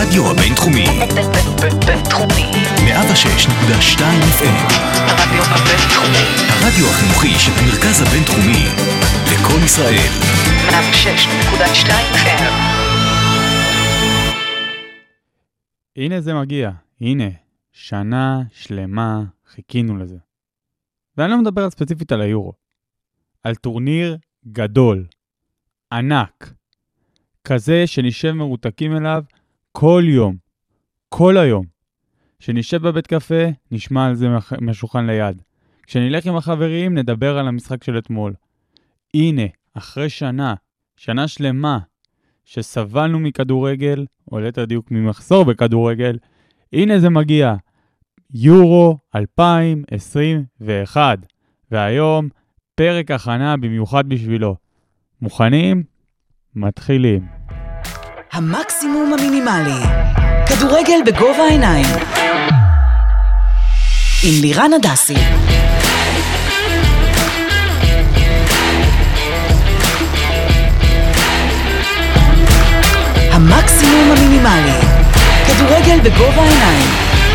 הרדיו הבינתחומי. בינתחומי. 106.2 FM. הרדיו הבינתחומי. הרדיו החינוכי של המרכז הבינתחומי. לכל ישראל. 106.2 FM. הנה זה מגיע. הנה. שנה שלמה חיכינו לזה. ואני לא מדבר ספציפית על היורו. על טורניר גדול. ענק. כזה שנשב מרותקים אליו כל יום. כל היום. שנשב בבית קפה, נשמע על זה מהשולחן ליד. כשנלך עם החברים, נדבר על המשחק של אתמול. הנה, אחרי שנה שלמה, שסבלנו מכדורגל, או ליתר דיוק ממחסור בכדורגל, הנה זה מגיע. יורו 2021. והיום, פרק הכנה במיוחד בשבילו. מוכנים? מתחילים. המקסימום המינימלי. כדורגל בגובה העיניים. עם לירן הדסי. המקסימום המינימלי. כדורגל בגובה העיניים.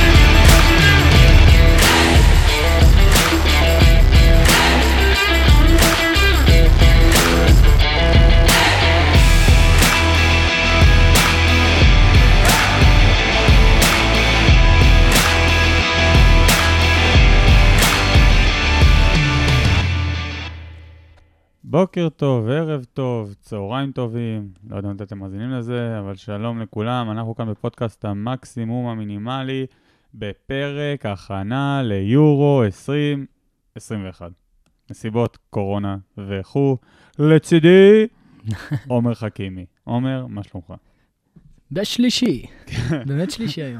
בוקר טוב, ערב טוב, צהריים טובים, לא יודע אם אתם מאזינים לזה, אבל שלום לכולם, אנחנו כאן בפודקאסט המקסימום המינימלי, בפרק הכנה ליורו 2021. נסיבות קורונה וכו', לצידי, עומר חכימי. עומר, מה שלומך? בשלישי, באמת שלישי היום.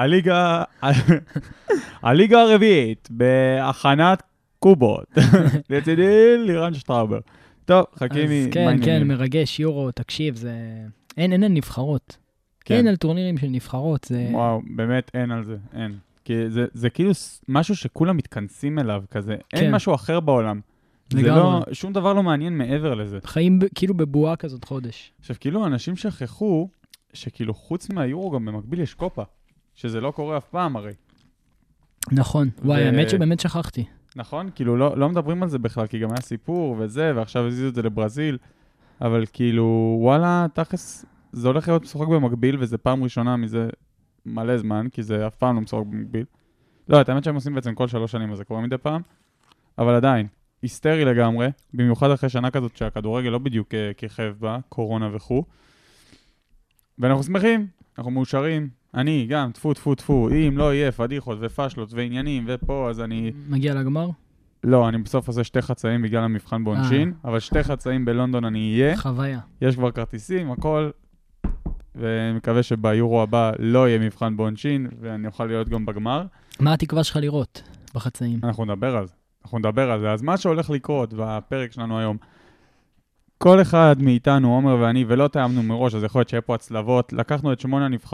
הליגה הרביעית, בהכנת קובות, לצידי לירן שטראובר. טוב, חכימי, מה העניינים? כן, מרגש, יורו, תקשיב, זה... אין נבחרות. אין על טורנירים של נבחרות, זה... וואו, באמת אין על זה, אין. כי זה כאילו משהו שכולם מתכנסים אליו, כזה. אין משהו אחר בעולם. זה לא, שום דבר לא מעניין מעבר לזה. חיים כאילו בבועה כזאת חודש. עכשיו, כאילו אנשים שכחו, שכאילו חוץ מהיורו גם במקביל יש קופה, שזה לא קורה אף פעם הרי. נכון, וואי, האמת שבאמת שכחתי. נכון? כאילו לא מדברים על זה בכלל, כי גם היה סיפור וזה, ועכשיו הזיזו את זה לברזיל, אבל כאילו, וואלה, תכלס, זה הולך להיות משחק במקביל, וזה פעם ראשונה מזה מלא זמן, כי זה אף פעם לא משחק במקביל. לא, את האמת שהם עושים בעצם כל 3 שנים, אז זה קורה מדי פעם, אבל עדיין, היסטרי לגמרי, במיוחד אחרי שנה כזאת שהכדורגל לא בדיוק כיכב בה, קורונה וכו'. ואנחנו שמחים, אנחנו מאושרים, אני גם, טפו, אם לא יהיה פדיחות ופשלות ועניינים ופה, אז אני... מגיע לגמר? לא, אני בסוף עושה 2 חצאים בגלל המבחן בעונשין, אבל 2 חצאים בלונדון אני אהיה. חוויה. יש כבר כרטיסים, הכל, ומקווה שביורו הבא לא יהיה מבחן בעונשין, ואני אוכל להיות גם בגמר. מה התקווה שלך לראות בחצאים? אנחנו נדבר על זה. אז מה שהולך לקרות, והפרק שלנו היום, כל אחד מאיתנו, עומר ואני, ולא תאמנו מראש, אז יכול להיות שיהיה פה הצלבות, לקחנו את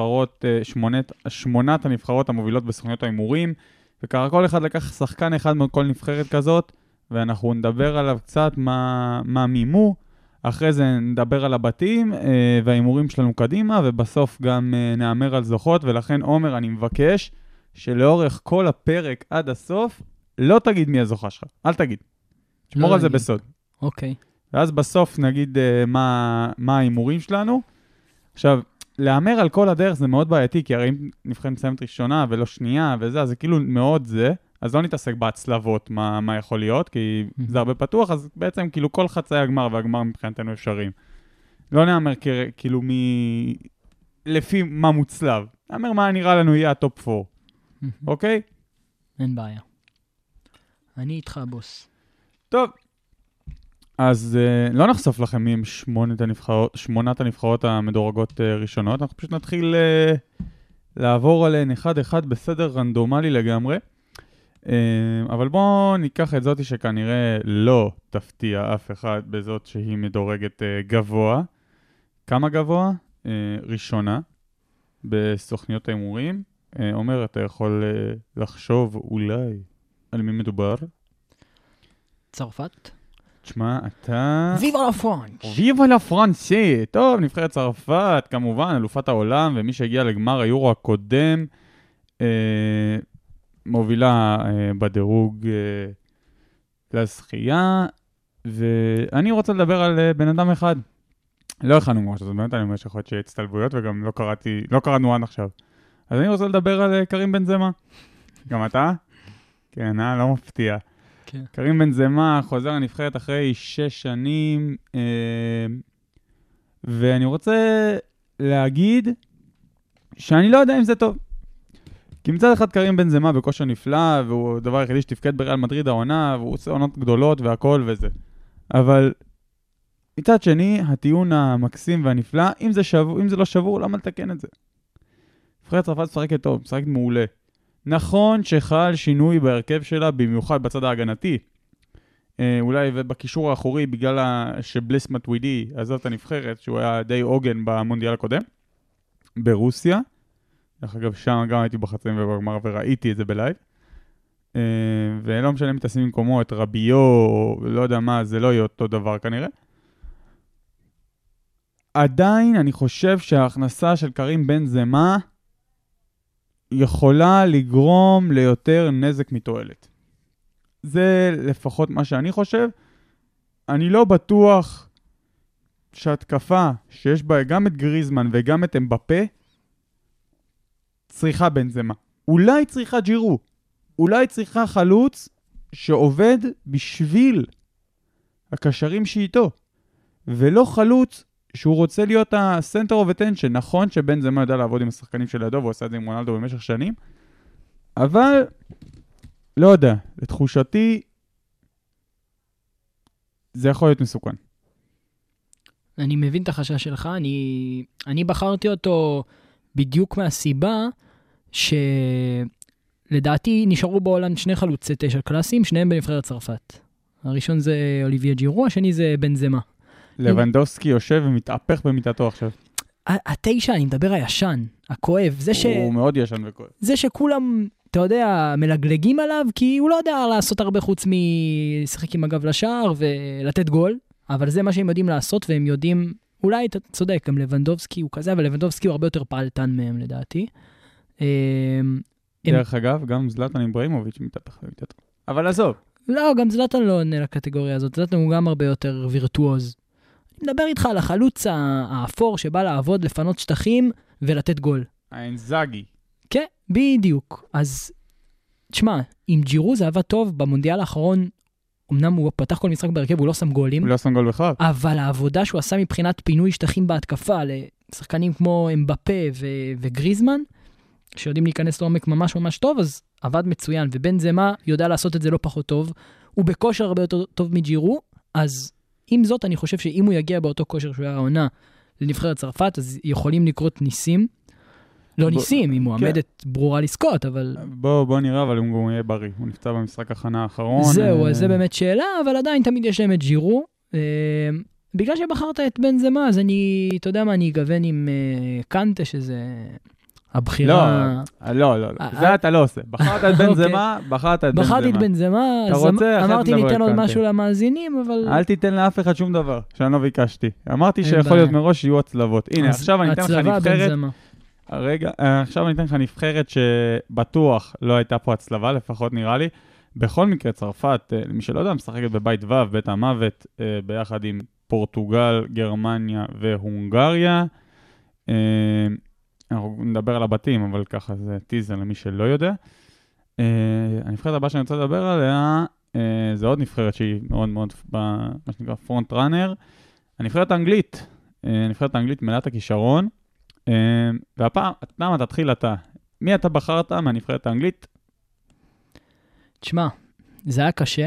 8 הנבחרות המובילות בסוכניות ההימורים, וככה כל אחד לקח שחקן אחד מכל נבחרת כזאת, ואנחנו נדבר עליו קצת מה מימו, אחרי זה נדבר על הבתים וההימורים שלנו קדימה, ובסוף גם נאמר על זוכות, ולכן עומר אני מבקש שלאורך כל הפרק עד הסוף, לא תגיד מי הזוכה שלך, אל תגיד. שמור על זה בסוד. אוקיי. ואז בסוף נגיד מה ההימורים שלנו. עכשיו, לאמר על כל הדרך זה מאוד בעייתי, כי הרי אם נבחרת מסיימת ראשונה ולא שנייה וזה, אז זה כאילו מאוד זה, אז לא נתעסק בהצלבות מה יכול להיות, כי זה הרבה פתוח, אז בעצם כאילו כל חצאי הגמר והגמר מבחינתנו אפשריים. לא נאמר כאילו לפי מה מוצלב. נאמר מה נראה לנו יהיה הטופ 4. אוקיי? אין בעיה. אני איתך, בוס. טוב. אז לא נחשוף לכם מי הם 8 הנבחרות המדורגות ראשונות, אנחנו פשוט נתחיל לעבור עליהן אחד בסדר רנדומלי לגמרי, אבל בואו ניקח את זאת שכנראה לא תפתיע אף אחד בזאת שהיא מדורגת גבוה. כמה גבוה? ראשונה בסוכניות ההימורים. עומר, אתה יכול לחשוב אולי על מי מדובר? צרפת? תשמע, אתה... ויבה לה פרנץ'. ויבה לה פרנסי. טוב, נבחרת צרפת, כמובן, אלופת העולם, ומי שהגיע לגמר היורו הקודם, מובילה בדירוג לזכייה, ואני רוצה לדבר על בן אדם אחד. לא הכנו ממש, זאת באמת אני אומר שיכול להיות שהצטלבויות, וגם לא קראנו עד עכשיו. אז אני רוצה לדבר על קרים בנזמה. גם אתה? כן, לא מפתיע. כן. קרים בנזמה חוזר לנבחרת אחרי 6 שנים, ואני רוצה להגיד שאני לא יודע אם זה טוב. כי מצד אחד קרים בנזמה בכושר נפלא, והוא הדבר היחידי שתפקד בריאל מדריד העונה, והוא עושה עונות גדולות והכל וזה. אבל מצד שני, הטיעון המקסים והנפלא, אם זה לא שבור, למה לתקן את זה? נבחרת צרפת משחקת טוב, משחקת מעולה. נכון שחל שינוי בהרכב שלה, במיוחד בצד ההגנתי. אולי בקישור האחורי, בגלל שבליס מטווידי עזב את הנבחרת, שהוא היה די עוגן במונדיאל הקודם, ברוסיה. דרך אגב, שם גם הייתי בחצאים ובגמר וראיתי את זה בלייב. ולא משנה אם תשים במקומו את רביו, או לא יודע מה, זה לא יהיה אותו דבר כנראה. עדיין אני חושב שההכנסה של קרים בנזמה יכולה לגרום ליותר נזק מתועלת. זה לפחות מה שאני חושב. אני לא בטוח שהתקפה שיש בה גם את גריזמן וגם את אמבפה צריכה בנזמה. אולי צריכה ג'ירו. אולי צריכה חלוץ שעובד בשביל הקשרים שאיתו. ולא חלוץ שהוא רוצה להיות ה-center of attention. נכון שבנזמה יודע לעבוד עם השחקנים של ידו, והוא עושה את זה עם רונלדו במשך שנים. אבל, לא יודע, לתחושתי, זה יכול להיות מסוכן. אני מבין את החשש שלך, אני בחרתי אותו בדיוק מהסיבה שלדעתי נשארו בעולם 2 חלוצי 9 קלאסיים, שניהם בנבחרת צרפת. הראשון זה אוליביה ג'ירו, השני זה בנזמה. לבנדובסקי יושב ומתהפך במיטתו עכשיו. 9, אני מדבר הישן, הכואב. הוא מאוד ישן וכואב. זה שכולם, אתה יודע, מלגלגים עליו, כי הוא לא יודע לעשות הרבה חוץ משחק עם הגב לשער ולתת גול, אבל זה מה שהם יודעים לעשות, והם יודעים, אולי אתה צודק, גם לבנדובסקי הוא כזה, אבל לבנדובסקי הוא הרבה יותר פעלתן מהם לדעתי. דרך אגב, גם זלטן איברהימוביץ' מתהפך במיטתו. אבל עזוב. לא, גם זלטן לא עונה לקטגוריה הזאת, זלטן הוא גם הרבה יותר וירטואוז. אני מדבר איתך על החלוץ האפור שבא לעבוד, לפנות שטחים ולתת גול. האינזאגי. כן, בדיוק. אז, תשמע, עם ג'ירו זה עבד טוב, במונדיאל האחרון, אמנם הוא פתח כל משחק בהרכב, הוא לא שם גולים. הוא לא שם גול בכלל. אבל העבודה שהוא עשה מבחינת פינוי שטחים בהתקפה, לשחקנים כמו אמבפה וגריזמן, שיודעים להיכנס לעומק ממש ממש טוב, אז עבד מצוין. ובנזמה יודע לעשות את זה לא פחות טוב. הוא בכושר הרבה יותר טוב מג'ירו, אז עם זאת, אני חושב שאם הוא יגיע באותו כושר שהוא היה העונה לנבחרת צרפת, אז יכולים לקרות ניסים. לא ניסים, היא מועמדת ברורה לזכות, אבל... בוא נראה, אבל הוא יהיה בריא. הוא נפצע במשחק הכנה האחרון. זהו, אז זה באמת שאלה, אבל עדיין תמיד יש להם את ג'ירו. בגלל שבחרת את בנזמה, אז אתה יודע מה, אני אגוון עם קנטה, שזה הבחירה... לא. זה אתה לא עושה. בחרת את בנזמה, בחרתי את בנזמה, אמרתי ניתן עוד משהו למאזינים, אבל... אל תיתן לאף אחד שום דבר, שאני לא ביקשתי. אמרתי שיכול להיות מראש שיהיו הצלבות. הנה, עכשיו אני אתן לך נבחרת... רגע, עכשיו אני אתן לך נבחרת שבטוח לא הייתה פה הצלבה, לפחות נראה לי. בכל מקרה, צרפת, מי שלא יודע, משחקת בבית ו', בית המוות, ביחד עם פורטוגל, גרמניה והונגריה. אנחנו נדבר על הבתים, אבל ככה זה טיזר למי שלא יודע. הנבחרת הבאה שאני רוצה לדבר עליה, זה עוד נבחרת שהיא מאוד מאוד, מה שנקרא פרונט ראנר. הנבחרת האנגלית, נבחרת האנגלית מלאת הכישרון. והפעם, למה תתחיל אתה? מי אתה בחרת מהנבחרת האנגלית? תשמע, זה היה קשה,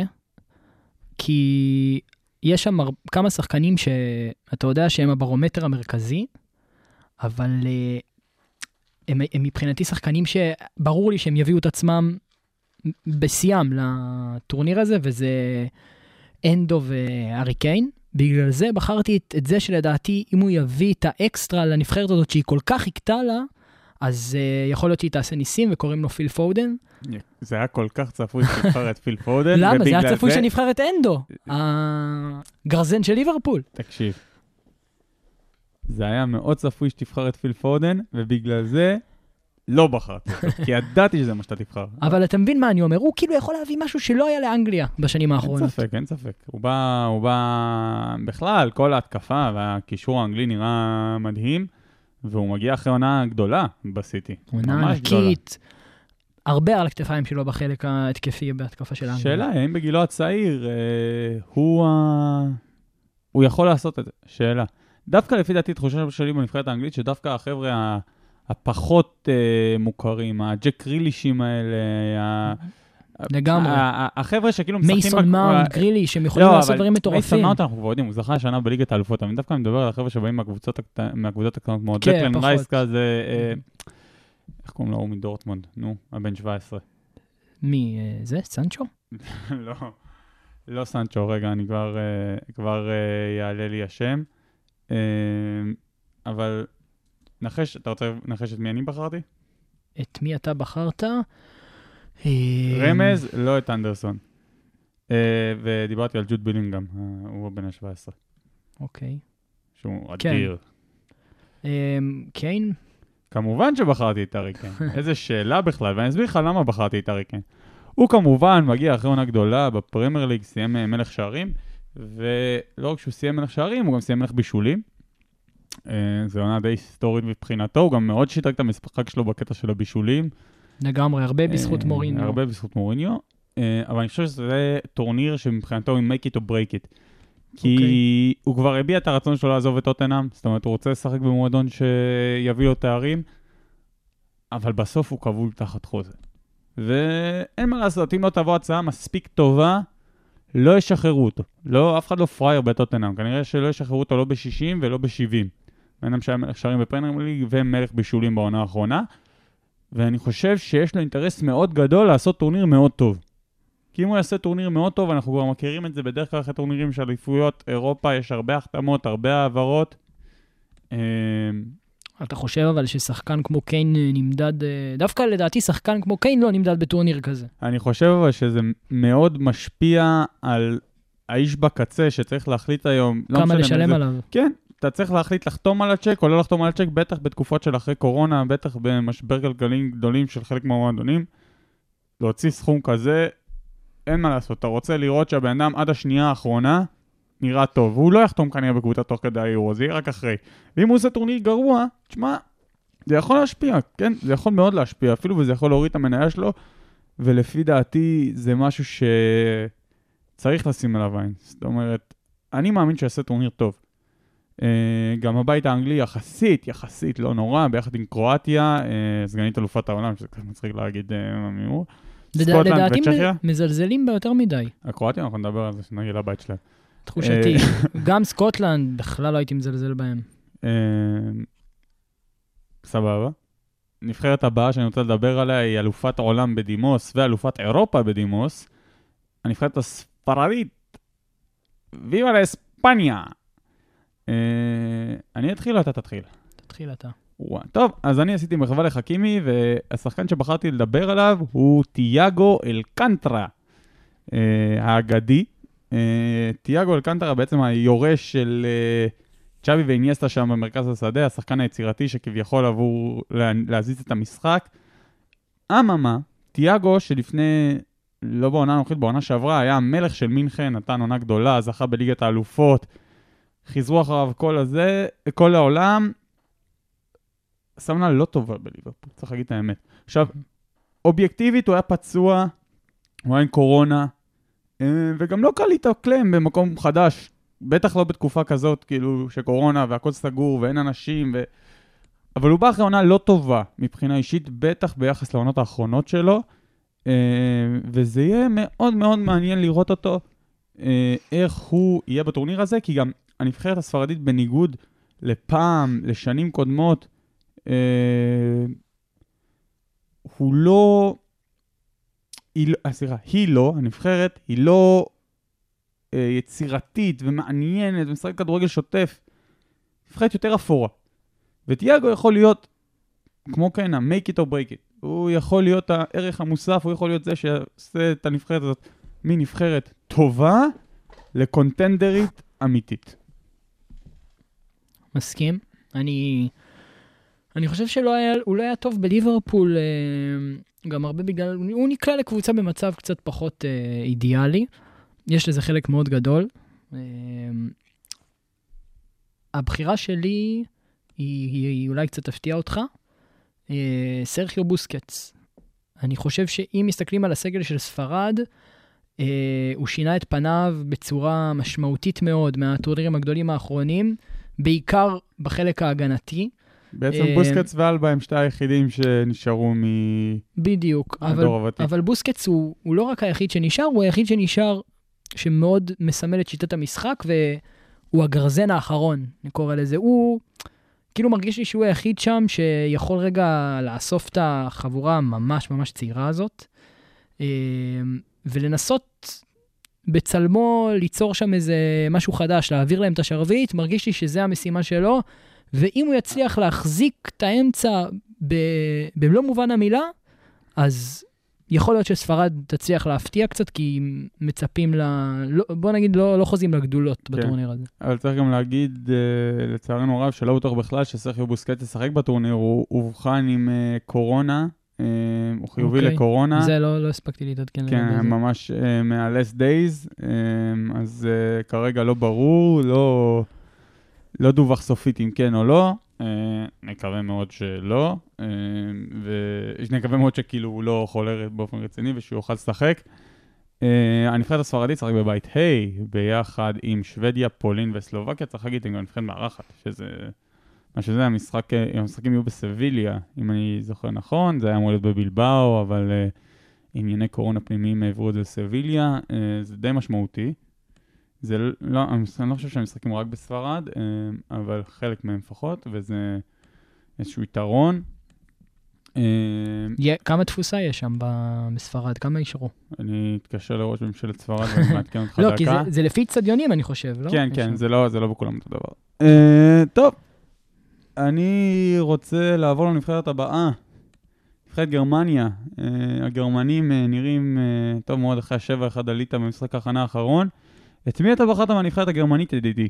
כי יש שם כמה שחקנים שאתה יודע שהם הברומטר המרכזי, אבל הם מבחינתי שחקנים שברור לי שהם יביאו את עצמם בסיים לטורניר הזה, וזה אנדו והארי קיין. בגלל זה בחרתי את זה שלדעתי, אם הוא יביא את האקסטרה לנבחרת הזאת שהיא כל כך חיכתה לה, אז יכול להיות שהיא תעשה ניסים, וקוראים לו פיל פודן. זה היה כל כך צפוי שנבחר את פיל פודן. למה? זה היה צפוי שנבחר את אנדו, הגרזן של ליברפול. תקשיב. זה היה מאוד צפוי שתבחר את פיל פודן, ובגלל זה לא בחרתי אותו, כי ידעתי שזה מה שאתה תבחר. אבל אתה מבין מה אני אומר? הוא כאילו יכול להביא משהו שלא היה לאנגליה בשנים האחרונות. אין ספק. הוא בא בכלל, כל ההתקפה והקישור האנגלי נראה מדהים, והוא מגיע אחרי עונה גדולה בסיטי. עונה ענקית. הרבה על הכתפיים שלו בחלק ההתקפי בהתקפה של האנגליה. שאלה, האם בגילו הצעיר הוא יכול לעשות את זה? שאלה. דווקא לפי דעתי תחושה שלי בנבחרת האנגלית, שדווקא החבר'ה הפחות מוכרים, הג'ק רילישים האלה, לגמרי. החבר'ה שכאילו משחקים... מייסון מאונט, גרילי, שהם יכולים לעשות דברים מטורפים. מייסון מאונט אנחנו כבר יודעים, הוא זכה השנה בליגת האלופות, אבל דווקא אני מדבר על החבר'ה שבאים מהקבוצות הקטנות כמו דקלן רייס כזה, איך קוראים לו? הוא מדורטמונד, נו, הבן 17. מי זה? סנצ'ו? לא סנצ'ו, רגע, אני כבר יעלה לי השם. אבל נחש, אתה רוצה לנחש את מי אני בחרתי? את מי אתה בחרת? רמז, לא את אנדרסון. ודיברתי על ג'וד בילינגהם, הוא בן ה-17. אוקיי. שהוא אדיר. קיין? כמובן שבחרתי את הארי קיין. איזה שאלה בכלל, ואני אסביר לך למה בחרתי את הארי קיין. הוא כמובן מגיע אחרי עונה גדולה בפרמייר ליג, סיים מלך שערים, ולא רק שהוא סיים מלך שערים, הוא גם סיים מלך בישולים. זו עונה די היסטורית מבחינתו, הוא גם מאוד שיתק את המשחק שלו בקטע של הבישולים. לגמרי, הרבה בזכות מוריניו. הרבה בזכות מוריניו, אבל אני חושב שזה טורניר שמבחינתו הוא make it or break it. כי הוא כבר הביע את הרצון שלו לעזוב את טוטנהאם, זאת אומרת, הוא רוצה לשחק במועדון שיביא לו תארים, אבל בסוף הוא כבול תחת חוזה. ואין מה לעשות, אם לא תבוא הצעה מספיק טובה, לא ישחררו אותו. לא, אף אחד לא פרייר בטוטנהאם. כנראה שלא ישחררו אותו לא ב-60 ולא ב-70. בינם שהיה מלך שערים בפרמייר ליג ומלך בישולים בעונה האחרונה. ואני חושב שיש לו אינטרס מאוד גדול לעשות טורניר מאוד טוב. כי אם הוא יעשה טורניר מאוד טוב, אנחנו כבר מכירים את זה בדרך כלל אחרי טורנירים של אליפויות אירופה, יש הרבה החתמות, הרבה העברות. אתה חושב אבל ששחקן כמו קיין נמדד, דווקא לדעתי שחקן כמו קיין לא נמדד בטורניר כזה. אני חושב אבל שזה מאוד משפיע על האיש בקצה שצריך להחליט היום. כמה לשלם עליו. כן, אתה צריך להחליט לחתום על הצ'ק או לא לחתום על הצ'ק, בטח בתקופות של אחרי קורונה, בטח במשבר כלכלי גדולים של חלק מהמועדונים. להוציא סכום כזה, אין מה לעשות. אתה רוצה לראות שהבן אדם עד השנייה האחרונה נראה טוב. והוא לא יחתום כנראה בקבוצה תוך כדי היורו, זה יהיה רק אחרי. ואם הוא עושה טורניר גרוע, תשמע, זה יכול להשפיע, כן? זה יכול מאוד להשפיע, אפילו וזה יכול להוריד את המניה שלו, ולפי דעתי זה משהו שצריך לשים עליו עין. זאת אומרת, אני מאמין שיעשה טורניר טוב. גם הבית האנגלי יחסית לא נורא, ביחד עם קרואטיה, סגנית אלופת העולם, שזה ככה מצחיק להגיד מהמימור. לדעתי מזלזלים ביותר מדי. הקרואטיה, אנחנו נדבר על זה, שנגיד לבית שלהם. תחושתי. גם סקוטלנד, בכלל לא הייתי מזלזל בהם. סבבה. נבחרת הבאה שאני רוצה לדבר עליה היא אלופת העולם בדימוס ואלופת אירופה בדימוס. הנבחרת הספרדית. ויבה לאספניה. אני אתחיל או אתה תתחיל? תתחיל אתה. טוב, אז אני עשיתי מחווה לחכימי, והשחקן שבחרתי לדבר עליו הוא תיאגו אלקנטרה, האגדי. תיאגו אלקנטרה בעצם היורש של צ'אבי ואיניאסטה שם במרכז השדה, השחקן היצירתי שכביכול עבור להזיז את המשחק. אממה, תיאגו שלפני, לא בעונה הנוכחית, בעונה שעברה, היה המלך של מינכן, נתן עונה גדולה, זכה בליגת האלופות, חיזרו אחריו כל העולם, סמנה לא טובה בליברפול, צריך להגיד את האמת. עכשיו, אובייקטיבית הוא היה פצוע, הוא היה עם קורונה, וגם לא קל להתאקלם במקום חדש, בטח לא בתקופה כזאת, כאילו שקורונה והכל סגור ואין אנשים, אבל הוא בא אחרי עונה לא טובה מבחינה אישית, בטח ביחס לעונות האחרונות שלו, וזה יהיה מאוד מאוד מעניין לראות אותו, איך הוא יהיה בטורניר הזה, כי גם הנבחרת הספרדית בניגוד לפעם, לשנים קודמות, הוא לא, הנבחרת היא לא יצירתית ומעניינת ומשחק כדורגל שוטף, נבחרת יותר אפורה. ותיאגו יכול להיות כמו כן, make it or break it. הוא יכול להיות הערך המוסף, הוא יכול להיות זה שעושה את הנבחרת הזאת מנבחרת טובה לקונטנדרית אמיתית. מסכים. אני חושב שהוא לא היה טוב בליברפול, גם הרבה בגלל, הוא נקלע לקבוצה במצב קצת פחות אידיאלי. יש לזה חלק מאוד גדול. הבחירה שלי היא אולי קצת תפתיע אותך. סרחיו בוסקץ. אני חושב שאם מסתכלים על הסגל של ספרד, הוא שינה את פניו בצורה משמעותית מאוד מהטורנירים הגדולים האחרונים, בעיקר בחלק ההגנתי. בעצם בוסקץ ואלבה הם שתי היחידים שנשארו בדיוק. מהדור הוותיק. אבל בוסקץ הוא לא רק היחיד שנשאר, הוא היחיד שנשאר שמאוד מסמל את שיטת המשחק, והוא הגרזן האחרון, אני קורא לזה. הוא כאילו מרגיש לי שהוא היחיד שם שיכול רגע לאסוף את החבורה ממש ממש צעירה הזאת, ולנסות בצלמו ליצור שם איזה משהו חדש, להעביר להם את השרביט, מרגיש לי שזה המשימה שלו, ואם הוא יצליח להחזיק את האמצע במלוא מובן המילה, אז יכול להיות שספרד תצליח להפתיע קצת, כי מצפים בוא נגיד, לא חוזים לגדולות בטורניר הזה. אבל צריך גם להגיד, לצערנו רב, שלא בטוח בכלל שסרחיו בוסקץ ישחק בטורניר, הוא אובחן עם קורונה, הוא חיובי לקורונה. זה לא הספקתי להתעדכן. כן, ממש מה-last days, אז כרגע לא ברור, לא דווח סופית אם כן או לא, נקווה מאוד שלא, ונקווה מאוד שכאילו הוא לא חולה באופן רציני ושהוא יוכל לשחק. הנבחרת הספרדית שחק בבית ביחד עם שוודיה, פולין וסלובקיה, צריך להגיד, הם גם נבחרת מארחת, שזה המשחקים יהיו בסביליה, אם אני זוכר נכון, זה היה אמור להיות בבילבאו, אבל ענייני קורונה פנימיים העברו את זה לסביליה, זה די משמעותי. אני לא חושב שהמשחקים רק בספרד, אבל חלק מהם לפחות, וזה איזשהו יתרון. כמה תפוסה יש שם בספרד? כמה ישרו? אני אתקשר לראש בממשלת ספרד ואני מעדכן אותך דקה. לא, כי זה לפי צדיונים, אני חושב, לא? כן, זה לא בכולם אותו דבר. טוב, אני רוצה לעבור לנבחרת הבאה. נבחרת גרמניה. הגרמנים נראים טוב מאוד אחרי 7-1 עלית במשחק ההכנה האחרון. את מי אתה בחרת מהנבחרת הגרמנית, ידידי?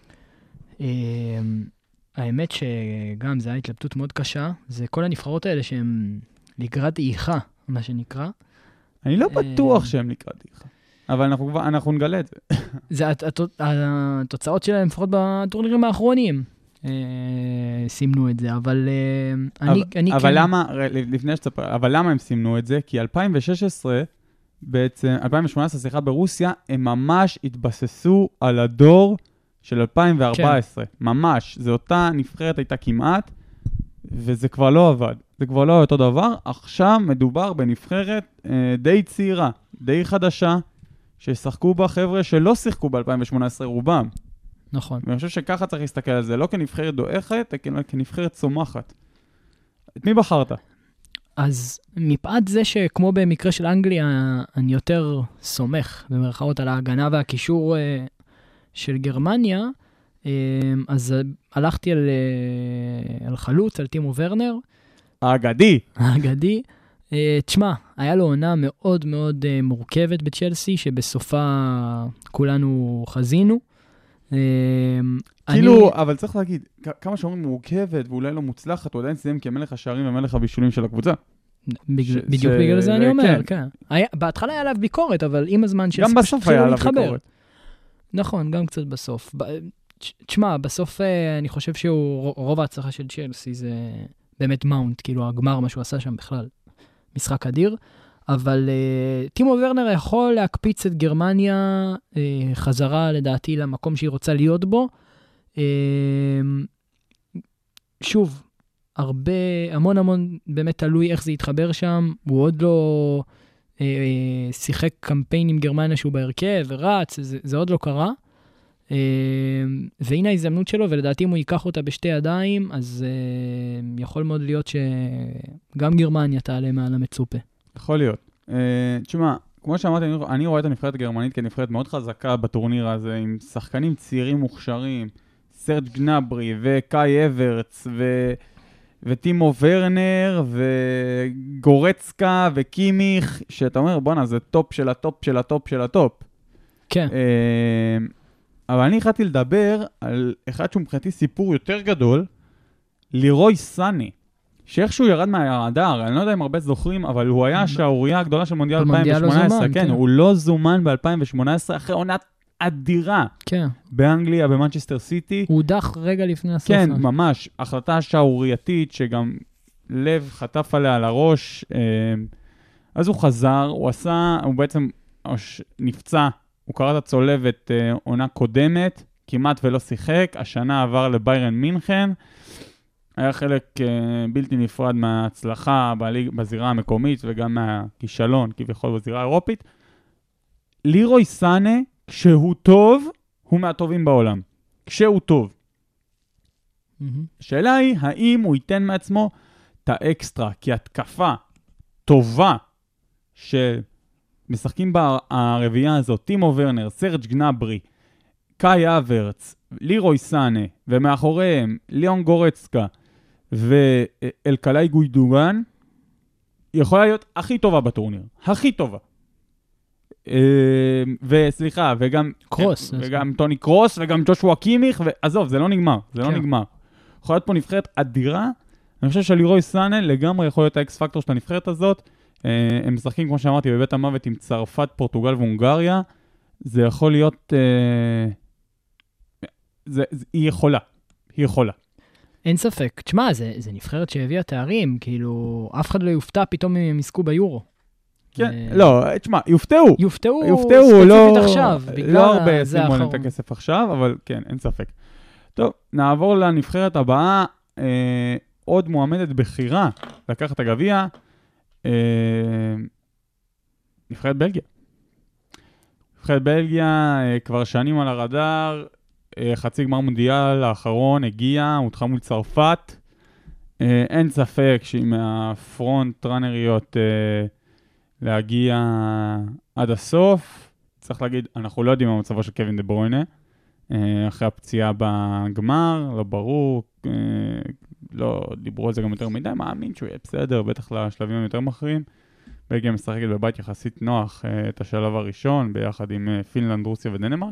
האמת שגם זו הייתה התלבטות מאוד קשה. זה כל הנבחרות האלה שהן לקראת דעיכה, מה שנקרא. אני לא בטוח שהן לקראת דעיכה. אבל אנחנו נגלה את זה. התוצאות שלהם לפחות בטורנירים האחרונים סימנו את זה, אבל אבל למה, לפני שתספר, אבל למה הם סימנו את זה? כי 2016 בעצם, 2018, סליחה, ברוסיה, הם ממש התבססו על הדור של 2014. כן. ממש. זה אותה נבחרת הייתה כמעט, וזה כבר לא עבד. זה כבר לא אותו דבר. עכשיו מדובר בנבחרת די צעירה, די חדשה, ששחקו בה חבר'ה שלא שיחקו ב-2018 רובם. נכון. ואני חושב שככה צריך להסתכל על זה, לא כנבחרת דועכת, אלא כנבחרת צומחת. את מי בחרת? אז מפעד זה שכמו במקרה של אנגליה, אני יותר סומך במרכאות על ההגנה והקישור של גרמניה, אז הלכתי על חלוץ, על טימו ורנר. האגדי. האגדי. תשמע, היה לו עונה מאוד מאוד מורכבת בצ'לסי, שבסופה כולנו חזינו. כאילו, אבל צריך להגיד, כמה שאומרים מורכבת ואולי לא מוצלחת, הוא עדיין סיים כמלך השערים ומלך הבישולים של הקבוצה. בדיוק בגלל זה אני אומר, כן. בהתחלה היה עליו ביקורת, אבל עם הזמן גם בסוף היה עליו ביקורת. נכון, גם קצת בסוף. תשמע, בסוף אני חושב רוב ההצלחה של צ'לסי זה באמת מאונט, כאילו הגמר, מה שהוא עשה שם בכלל. משחק אדיר. אבל טימו ורנר יכול להקפיץ את גרמניה חזרה לדעתי למקום שהיא רוצה להיות בו. שוב, המון באמת תלוי איך זה יתחבר שם. הוא עוד לא שיחק קמפיין עם גרמניה שהוא בהרכב ורץ, זה עוד לא קרה. והנה ההזדמנות שלו, ולדעתי אם הוא ייקח אותה בשתי ידיים, אז יכול מאוד להיות שגם גרמניה תעלה מעל המצופה. יכול להיות. תשמע, כמו שאמרתי, אני רואה את הנבחרת הגרמנית כנבחרת מאוד חזקה בטורניר הזה, עם שחקנים צעירים מוכשרים, סרג' גנברי וקאי אברץ וטימו ורנר, וגורצקה, וקימיך, שאתה אומר, בוא'נה, זה טופ של הטופ של הטופ של הטופ. כן. אבל אני החלטתי לדבר על אחד שהוא מבחינתי סיפור יותר גדול, לירוי סאני, שאיכשהו ירד מהרדאר, אני לא יודע אם הרבה זוכרים, אבל הוא היה השערוריה הגדולה של מונדיאל 2018, כן, הוא לא זומן ב-2018, אחרי עונת אדירה, כן. באנגליה, במנצ'סטר סיטי. הוא הודח רגע לפני הסוף. כן, ממש, החלטה שערורייתית, שגם לב חטף עליה לראש, אז הוא חזר, הוא בעצם נפצע, הוא קרא את הצולבת עונה קודמת, כמעט ולא שיחק, השנה עבר לביירן מינכן, היה חלק בלתי נפרד מההצלחה בזירה המקומית, וגם מהכישלון, כביכול בזירה האירופית. לירוי סאנה, כשהוא טוב, הוא מהטובים בעולם. כשהוא טוב. השאלה היא, האם הוא ייתן מעצמו את האקסטרה, כי התקפה טובה שמשחקים ברביעייה הזאת, טימו ורנר, סרג' גנברי, קאי אברץ, לירוי סאנה, ומאחוריהם ליאון גורצקה ואלקלעי גוידוגן, יכולה להיות הכי טובה בטורניר. הכי טובה. וסליחה, וגם קרוס. וגם טוני קרוס, וגם ג'ושוע קימיך, ועזוב, זה לא נגמר. זה לא נגמר. יכולה להיות פה נבחרת אדירה. אני חושב שלירוי סאנה לגמרי יכול להיות האקס פקטור של הנבחרת הזאת. הם משחקים, כמו שאמרתי, בבית המוות עם צרפת, פורטוגל והונגריה. זה יכול להיות... היא יכולה. היא יכולה. אין ספק. תשמע, זה נבחרת שהביאה תארים, כאילו, אף אחד לא יופתע פתאום אם הם יזכו ביורו. כן, לא, תשמע, יופתעו. יופתעו ספציפית עכשיו, לא הרבה שימו להם את הכסף עכשיו, אבל כן, אין ספק. טוב, נעבור לנבחרת הבאה, עוד מועמדת בחירה לקחת את הגביע, נבחרת בלגיה. נבחרת בלגיה כבר שנים על הרדאר, חצי גמר מונדיאל האחרון הגיע, הודחה מול צרפת, אין ספק שהיא מהפרונט ראנריות להגיע עד הסוף. צריך להגיד, אנחנו לא יודעים מה מצבו של קווין דה ברוינה, אחרי הפציעה בגמר, לא ברור, לא דיברו על זה גם יותר מדי, מאמין שהוא יהיה בסדר, בטח לשלבים היותר מכריעים. בלגיה משחקת בבית יחסית נוח את השלב הראשון, ביחד עם פינלנד, רוסיה ודנמרק.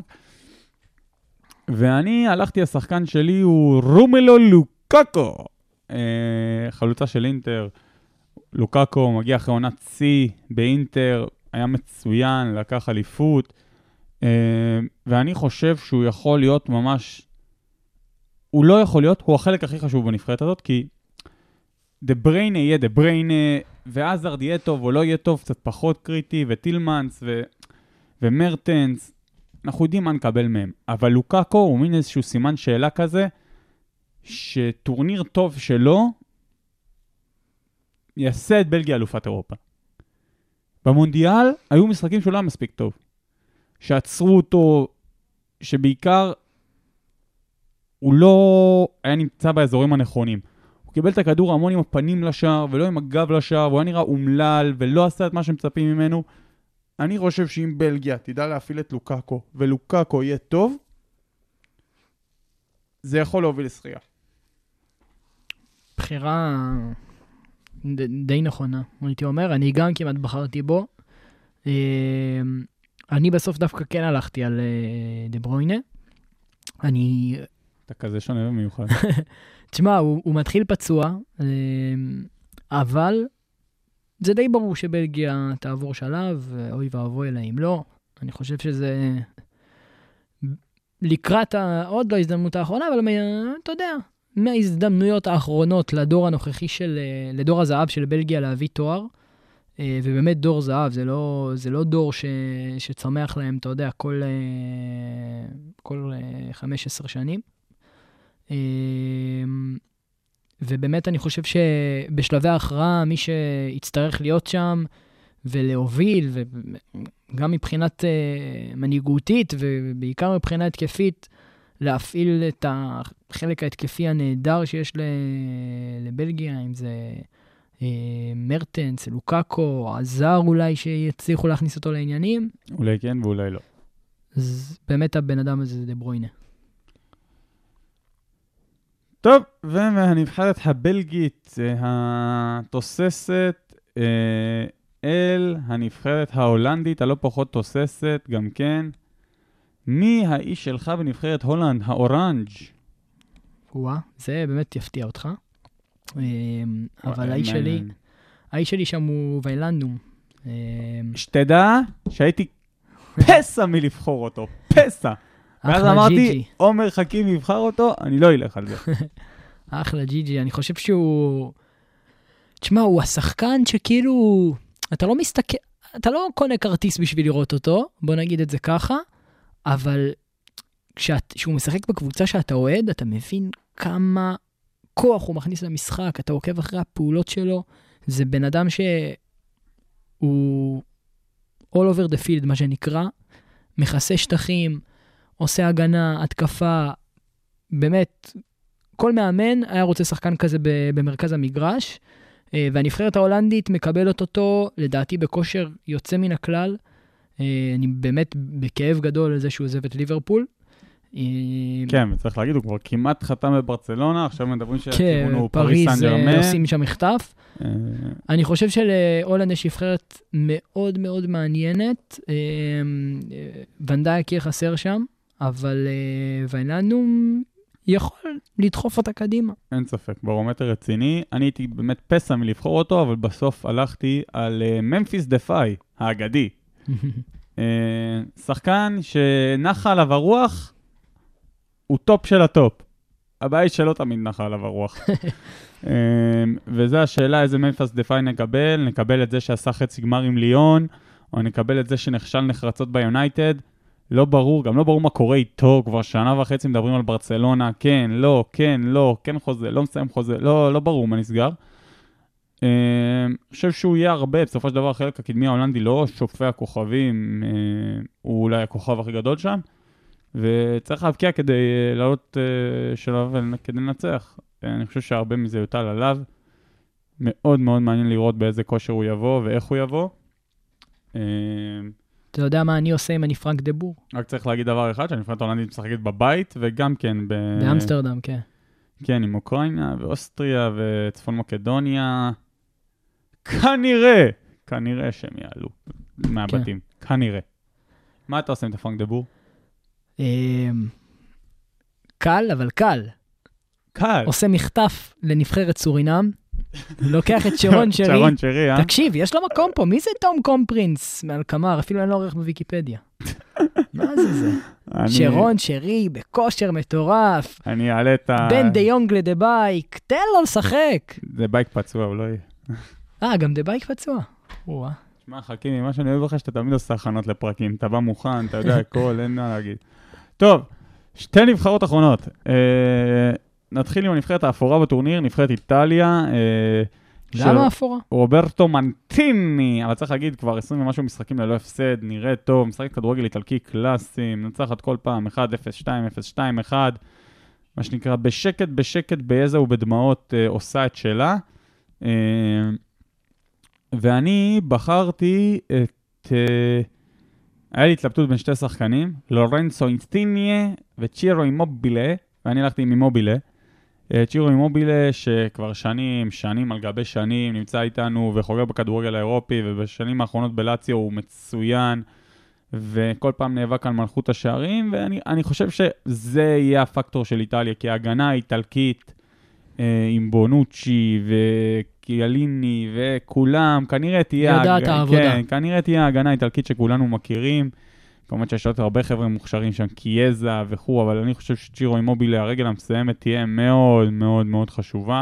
ואני הלכתי, השחקן שלי הוא רומלו לוקאקו, חלוצה של אינטר. לוקאקו מגיע אחרי עונת צי באינטר, היה מצוין, לקח אליפות, ואני חושב שהוא יכול להיות ממש, הוא לא יכול להיות, הוא החלק הכי חשוב בנבחרת הזאת, כי דה בריינה יהיה דה בריינה, ועזרד יהיה טוב או לא יהיה טוב, קצת פחות קריטי, וטילמנס ומרטנס, אנחנו יודעים מה נקבל מהם, אבל לוקאקו הוא מין איזשהו סימן שאלה כזה, שטורניר טוב שלו, יעשה את בלגיה אלופת אירופה. במונדיאל היו משחקים שהוא לא מספיק טוב. שעצרו אותו, שבעיקר הוא לא היה נמצא באזורים הנכונים. הוא קיבל את הכדור המון עם הפנים לשער, ולא עם הגב לשער, והוא היה נראה אומלל, ולא עשה את מה שמצפים ממנו. אני חושב שאם בלגיה תדע להפעיל את לוקאקו, ולוקאקו יהיה טוב, זה יכול להוביל לשחייה. בחירה די נכונה, הייתי אומר. אני גם כמעט בחרתי בו. אני בסוף דווקא כן הלכתי על דה ברוינה. אתה כזה שונה ומיוחד. תשמע, הוא מתחיל פצוע, אבל זה די ברור שבלגיה תעבור שלב, אוי ואבוי אלא אם לא. אני חושב שזה לקראת עוד לא ההזדמנות האחרונה, אבל אתה יודע, מההזדמנויות האחרונות לדור הנוכחי לדור הזהב של בלגיה להביא תואר, ובאמת דור זהב, זה לא דור שצמח להם, אתה יודע, כל 15 שנים. ובאמת אני חושב שבשלבי ההכרעה, מי שיצטרך להיות שם ולהוביל, וגם מבחינת מנהיגותית, ובעיקר מבחינה התקפית, להפעיל את החלק ההתקפי הנהדר שיש לבלגיה, אם זה מרטנס, לוקאקו, עזר אולי שיצליחו להכניס אותו לעניינים. אולי כן ואולי לא. אז באמת הבן אדם הזה זה דה ברוינה. טוב, והנבחרת הבלגית התוססת אל הנבחרת ההולנדית הלא פחות תוססת גם כן. מי האיש שלך בנבחרת הולנד, האורנג'? זה באמת יפתיע אותך. אבל האיש שלי שם הוא ויילנדום. שתדע שהייתי פסע מלבחור אותו, פסע. ואז אמרתי, עומר חכים יבחר אותו, אני לא אלך על זה. אחלה ג'יג'י, אני חושב שהוא... תשמע, הוא השחקן שכאילו... אתה לא מסתכל... אתה לא קונה כרטיס בשביל לראות אותו, בוא נגיד את זה ככה, אבל כשהוא משחק בקבוצה שאתה אוהד, אתה מבין כמה כוח הוא מכניס למשחק, אתה עוקב אחרי הפעולות שלו, זה בן אדם שהוא all over the field, מה שנקרא, מכסה שטחים, עושה הגנה, התקפה, באמת, כל מאמן היה רוצה שחקן כזה במרכז המגרש, והנבחרת ההולנדית מקבלת אותו, לדעתי בכושר יוצא מן הכלל, אני באמת בכאב גדול על זה שהוא עוזב את ליברפול. כן, וצריך להגיד, הוא כבר כמעט חתם בברצלונה, עכשיו מדברים שהכיוון הוא פריס סן ז'רמן. פריז עושים שם מחטף. אני חושב שלהולנד יש נבחרת מאוד מאוד מעניינת, ון דייק יהיה חסר שם, אבל ויילנדום יכול לדחוף אותה קדימה. אין ספק, ברומטר רציני. אני הייתי באמת פסע מלבחור אותו, אבל בסוף הלכתי על ממפיס דפאי, האגדי. שחקן שנחה עליו הרוח, הוא טופ של הטופ. הבעיה שלא תמיד נחה עליו הרוח. וזו השאלה איזה ממפיס דפאי נקבל. נקבל את זה שעשה חצי גמר עם ליון, או נקבל את זה שנכשל נחרצות ביונייטד. לא ברור, גם לא ברור מה קורה איתו, כבר שנה וחצי מדברים על ברצלונה, כן, לא, כן, לא, כן חוזה, לא מסיים חוזה, לא ברור מה נסגר. אני חושב שהוא יהיה הרבה, בסופו של דבר החלק הקדמי ההולנדי לא שופע כוכבים, הוא אולי הכוכב הכי גדול שם, וצריך להבקיע כדי לעלות שלב כדי לנצח. אני חושב שהרבה מזה יוטל עליו, מאוד מאוד מעניין לראות באיזה כושר הוא יבוא ואיך הוא יבוא. אתה יודע מה אני עושה עם אני פרנק דבור? רק צריך להגיד דבר אחד, שהנבחרת ההולנדית משחקת בבית, וגם כן באמסטרדם, כן. כן, עם אוקראינה ואוסטריה וצפון מקדוניה. כנראה שהם יעלו מהבתים. כנראה. מה אתה עושה עם פרנק דבור? קל, אבל קל. עושה מחטף לנבחרת סורינם, לוקח את שרון שרי. תקשיב, יש לו מקום פה. מי זה תום קומפרינס מאלקמר? אפילו אין לו ערך בוויקיפדיה. מה זה? שרון שרי בכושר מטורף. אני אעלה את בן דה יונג לדה בייק. תן לו לשחק. דה בייק פצוע, הוא לא יהיה. גם דה בייק פצוע. שמע, חכים, מה שאני אוהב לך שאתה תמיד עושה הכנות לפרקים. אתה בא מוכן, אתה יודע הכל, אין מה להגיד. טוב, שתי נבחרות אחרונות. נתחיל עם הנבחרת האפורה בטורניר, נבחרת איטליה. למה האפורה? רוברטו מנטיני, אבל צריך להגיד, כבר 20 ומשהו משחקים ללא הפסד, נראה טוב, משחק כדורגל איטלקי קלאסי, מנצחת כל פעם, 1-0, 2-0, 2-1, מה שנקרא, בשקט, ביזע ובדמעות עושה את שלה. ואני בחרתי היה לי התלבטות בין שתי שחקנים, לורנצו אינסטיניה וצ'ירו אימובילה, ואני הלכתי עם אימובילה. צ'ירו אימובילה שכבר שנים על גבי שנים נמצא איתנו וחוגר בכדורגל האירופי, ובשנים האחרונות בלאציו הוא מצוין, וכל פעם נאבק על מלכות השערים, ואני חושב שזה יהיה הפקטור של איטליה, כי ההגנה האיטלקית עם בונוצ'י וקיאליני וכולם, כנראה תהיה ההגנה האיטלקית שכולנו מכירים, כמובן שיש עוד הרבה חבר'ה מוכשרים שם, קיאזה וכו', אבל אני חושב שצ'ירו אימובילה, הרגל המסיימת, תהיה מאוד מאוד מאוד חשובה,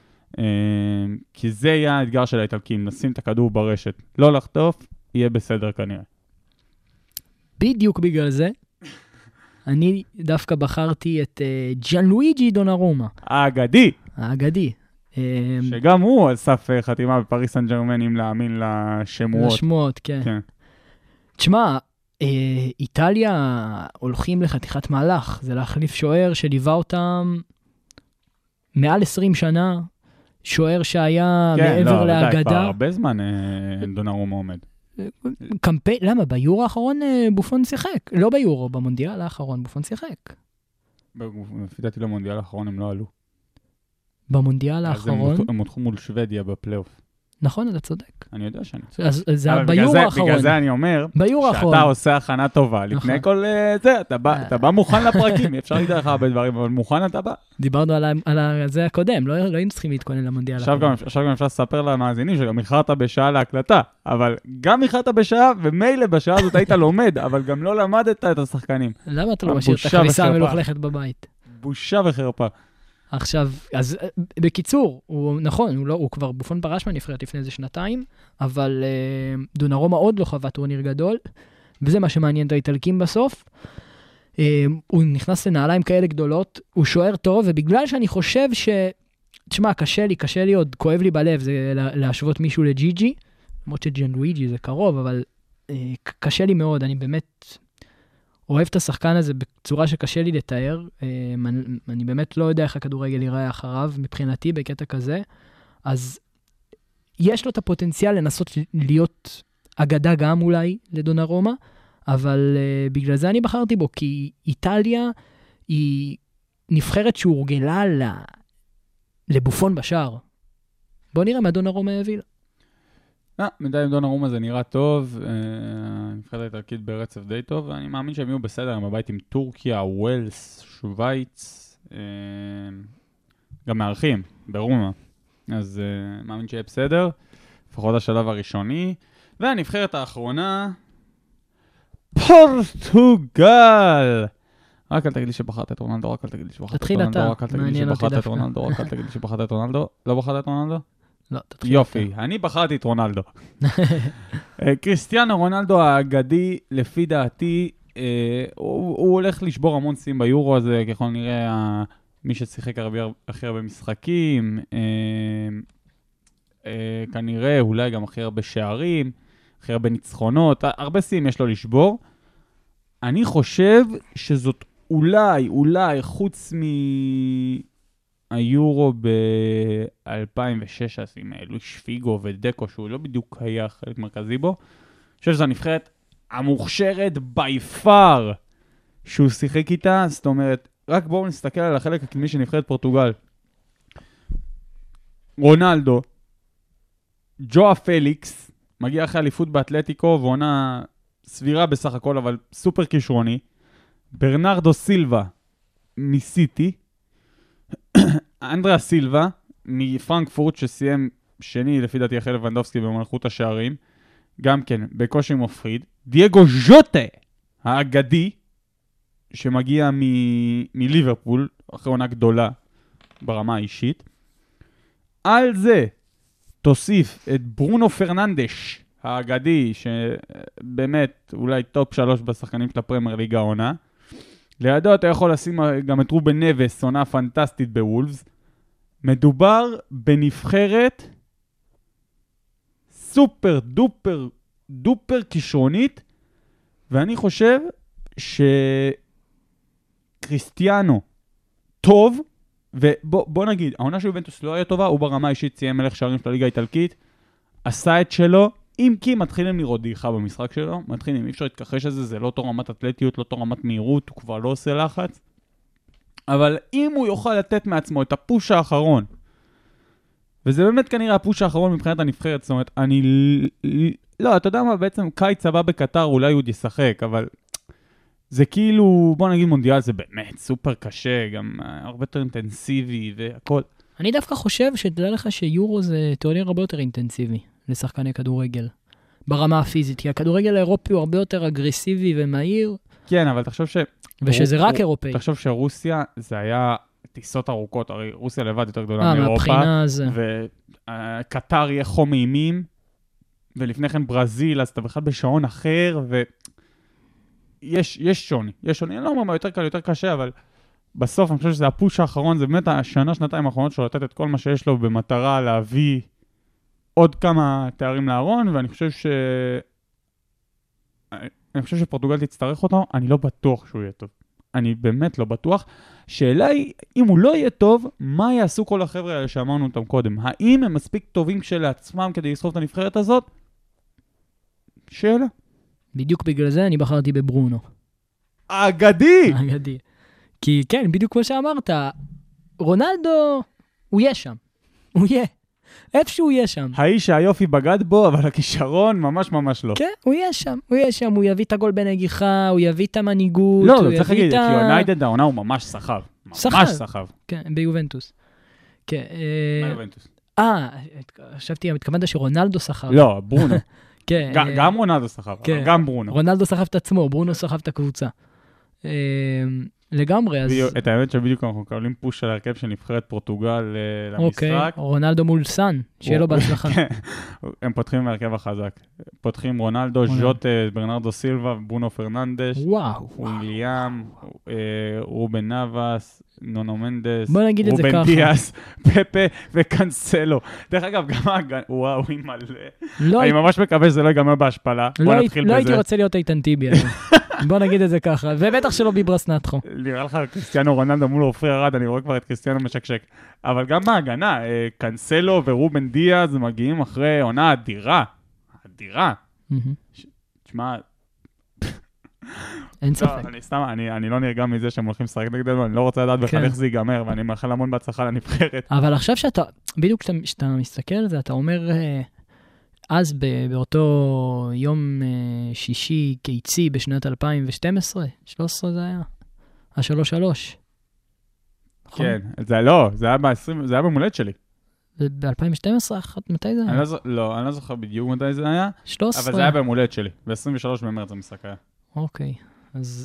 כי זה יהיה האתגר של האיטלקים, נשים את הכדור ברשת, לא לחטוף, יהיה בסדר כנראה. בדיוק בגלל זה, אני דווקא בחרתי את ג'אנלואיג'י דונרומה. האגדי. שגם הוא על סף חתימה בפריס סן ז'רמן, אם להאמין לשמועות. לשמועות, כן. תשמע, איטליה הולכים לחתיכת מהלך, זה להחליף שוער שליווה אותם מעל 20 שנה, שוער שהיה מעבר להגדה. כבר הרבה זמן דונרומה עומד. למה? ביורו האחרון בופון שיחק. לא ביורו, במונדיאל האחרון בופון שיחק. לפי דעתי למונדיאל האחרון הם לא עלו. במונדיאל האחרון. הם הודחו מול שוודיה בפלייאוף. נכון, אתה צודק. אני יודע שאני... אז זה אבל ביורו האחרון. בגלל זה אני אומר, ביורו האחרון. שאתה עושה הכנה טובה. נכון. לפני כל זה, אתה בא מוכן לפרקים, אפשר להגיד לך הרבה דברים, אבל מוכן אתה בא. דיברנו על זה הקודם, לא היינו צריכים להתכונן למונדיאל האחרון. עכשיו גם אפשר לספר למאזינים שגם איחרת בשעה להקלטה, אבל גם איחרת בשעה, ומילא בשעה הזאת היית לומד, אבל גם לא למדת את השחקנים. למה אתה לא משאיר את הכביסה המלוכלכת בבית? בושה וחרפה. עכשיו, אז בקיצור, נכון, הוא כבר בופון פרש מהנבחרת לפני איזה שנתיים, אבל דונרומה עוד לא חווה טורניר גדול, וזה מה שמעניין את האיטלקים בסוף. הוא נכנס לנעליים כאלה גדולות, הוא שוער טוב, ובגלל שאני חושב תשמע, קשה לי עוד, כואב לי בלב, זה להשוות מישהו לג'יג'י, למרות שג'ן לואיג'י זה קרוב, אבל קשה לי מאוד, אני באמת אוהב את השחקן הזה בצורה שקשה לי לתאר, אני באמת לא יודע איך הכדורגל ייראה אחריו, מבחינתי בקטע כזה, אז יש לו את הפוטנציאל לנסות להיות אגדה גם אולי לדונרומה, אבל בגלל זה אני בחרתי בו, כי איטליה היא נבחרת שהורגלה לבופון בשער. בוא נראה מה דונרומה יביא לה. מדי עם דונרומה זה נראה טוב, נבחרת האיטלקית ברצף די טוב, ואני מאמין שהם יהיו בסדר, הם הבית עם טורקיה, ווילס, שוויץ, גם מארחים, ברומא. אז מאמין שיהיה בסדר, לפחות השלב הראשוני. והנבחרת האחרונה, פורטוגל! רק אל תגיד לי שבחרת את רונלדו, רק אל תגיד לי שבחרת את רונלדו, רק אל תגיד לי שבחרת את רונלדו, רק אל תגיד לי שבחרת את רונלדו. לא בחרת את רונלדו? לא, תתחיל. יופי, אני בחרתי את רונלדו. קריסטיאנו רונלדו האגדי, לפי דעתי, הוא הולך לשבור המון שיאים ביורו הזה, ככל נראה מי ששיחק הכי הרבה משחקים, כנראה אולי גם הכי הרבה שערים, הכי הרבה ניצחונות, הרבה שיאים יש לו לשבור. אני חושב שזאת אולי חוץ מהיורו ב-2006, עם לואיש פיגו ודקו, שהוא לא בדיוק היה חלק מרכזי בו. אני חושב שזו הנבחרת המוכשרת by far שהוא שיחק איתה. זאת אומרת, רק בואו נסתכל על החלק הקדמי של נבחרת פורטוגל. רונלדו, ג'ואה פליקס, מגיע אחרי אליפות באתלטיקו, ועונה סבירה בסך הכל, אבל סופר כישרוני. ברנרדו סילבה מסיטי, אנדריה סילבה מפרנקפורט, שסיים שני לפי דעתי אחרי לבנדובסקי במלכות השערים, גם כן בקושי מפחיד. דייגו ז'וטה האגדי, שמגיע מליברפול, אחרי עונה גדולה ברמה האישית. על זה תוסיף את ברונו פרננדש האגדי, שבאמת אולי טופ 3 בשחקנים של הפרמייר ליג העונה. לידו אתה יכול לשים גם את רובן נבס, עונה פנטסטית בוולפס. מדובר בנבחרת סופר דופר כישרונית, ואני חושב שקריסטיאנו טוב, ובוא נגיד, העונה של יובנטוס לא היה טובה, הוא ברמה האישית סיים מלך שערים של הליגה האיטלקית, עשה את שלו, אם כי מתחילים לראות דעיכה במשחק שלו, מתחילים, אי אפשר להתכחש לזה, זה לא אותו רמת אתלטיות, לא אותו רמת מהירות, הוא כבר לא עושה לחץ, אבל אם הוא יוכל לתת מעצמו את הפוש האחרון, וזה באמת כנראה הפוש האחרון מבחינת הנבחרת, זאת אומרת, לא, אתה יודע מה, בעצם קיץ הבא בקטר אולי הוא ישחק, אבל זה כאילו, בוא נגיד מונדיאל זה באמת סופר קשה, גם הרבה יותר אינטנסיבי והכל. אני דווקא חושב שתדע לך שיורו זה טורניר הרבה יותר אינטנסיבי לשחקני כדורגל, ברמה הפיזית, כי הכדורגל האירופי הוא הרבה יותר אגרסיבי ומהיר. כן, אבל תחשוב ושזה רק אירופאי. תחשוב שרוסיה זה היה טיסות ארוכות, הרי רוסיה לבד יותר גדולה מאירופה, וקטר יהיה חום אימים, ולפני כן ברזיל, אז אתה בכלל בשעון אחר, יש שוני, אני לא אומר מה יותר קל, יותר קשה, אבל בסוף אני חושב שזה הפוש האחרון, זה באמת שנתיים האחרונות שלו לתת את כל מה שיש לו במטרה להביא עוד כמה תארים לארון, ואני חושב שפורטוגל תצטרך אותו, אני לא בטוח שהוא יהיה טוב. אני באמת לא בטוח. שאלה היא, אם הוא לא יהיה טוב, מה יעשו כל החבר'ה האלה שאמרנו אותם קודם? האם הם מספיק טובים שלעצמם כדי לסחוב את הנבחרת הזאת? שאלה. בדיוק בגלל זה אני בחרתי בברונו. אגדי! כי כן, בדיוק כמו שאמרת, רונלדו הוא יהיה שם. הוא יהיה. איפשהו יהיה שם. האיש שהיופי בגד בו, אבל הכישרון ממש ממש לא. כן, הוא יהיה שם. הוא יהיה שם, הוא יביא את הגול בנגיחה, הוא יביא את המנהיגות. לא, צריך להגיד, כי יונייטד העונה הוא ממש סחב. ממש סחב. כן, ביובנטוס. כן. מה יובנטוס? חשבתי, התכוונת שרונלדו סחב. לא, ברונו. כן. גם רונלדו סחב, אבל גם ברונו. רונלדו סחב את עצמו, ברונו סחב את הקבוצה. לגמרי, אז... את האמת שבדיוק אנחנו מקבלים פוש על הרכב של נבחרת פורטוגל למשחק. אוקיי, רונלדו מול סן, שיהיה לו בהצלחה. הם פותחים מהרכב החזק. פותחים רונלדו, ז'וט, ברנרדו סילבה, ברונו פרננדש, וויליאם, רובן נאבס, נונו מנדס, רובן דיאס, פפה וקנסלו. דרך אגב, גם וואו, היא מלא. אני ממש מקווה שזה לא ייגמר בהשפלה. בוא נתחיל בזה. לא הייתי רוצה להיות איתן טיבי. בוא נגיד את זה ככה, ובטח שלא ביברס נתחו. נראה לך קריסטיאנו רונלדו מול אופיר ארד, אני רואה כבר את קריסטיאנו משקשק. אבל גם בהגנה, קנסלו ורובן דיאז מגיעים אחרי עונה אדירה. אדירה. תשמע... אין ספק. אני לא נרגע מזה שהם הולכים לשחק נגדנו, אני לא רוצה לדעת בכלל איך זה ייגמר, ואני מאחל המון בהצלחה לנבחרת. אבל עכשיו שאתה, בדיוק כשאתה מסתכל על זה, אתה אומר... אז באותו יום שישי קיצי בשנת 2012, 13 זה היה, ה-3-3. כן, זה היה במולד שלי. ב-2012? מתי זה היה? לא, אני לא זוכר בדיוק מתי זה היה, 13. אבל זה היה במולד שלי, ב-23 במרץ המשחק היה. אוקיי, אז...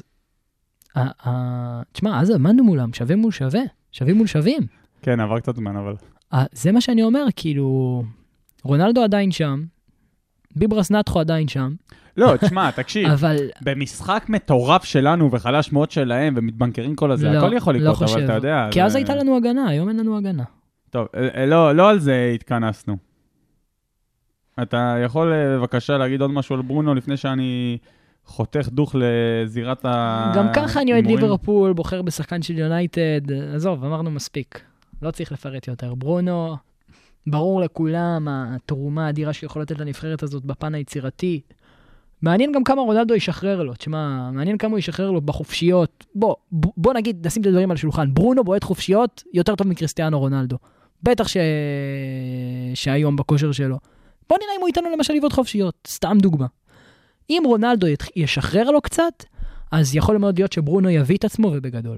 תשמע, אז עמדנו מולם, שווה מול שווה, שווים מול שווים. כן, עבר קצת זמן, אבל... זה מה שאני אומר, כאילו... רונלדו עדיין שם, ביברס נתחו עדיין שם. לא, תשמע, תקשיב, אבל... במשחק מטורף שלנו וחלש מאוד שלהם, ומתבנקרים כל הזה, הכל יכול לקרות, אבל אתה יודע... כי אז הייתה לנו הגנה, היום אין לנו הגנה. טוב, לא על זה התכנסנו. אתה יכול בבקשה להגיד עוד משהו על ברונו, לפני שאני חותך דוך לזירת גם ככה אני אוהד ליברפול, בוחר בשחקן של יונייטד, עזוב, אמרנו מספיק. לא צריך לפרט יותר. ברונו... ברור לכולם, התרומה האדירה שיכול לתת לנבחרת הזאת בפן היצירתי. מעניין גם כמה רונלדו ישחרר לו. תשמע, מעניין כמה הוא ישחרר לו בחופשיות. בוא נגיד, נשים את הדברים על השולחן. ברונו בועט חופשיות יותר טוב מקריסטיאנו רונלדו. בטח שהיום בכושר שלו. בוא נראה אם הוא איתנו למשל לבעוט חופשיות. סתם דוגמה. אם רונלדו ישחרר לו קצת, אז יכול מאוד להיות שברונו יביא את עצמו ובגדול.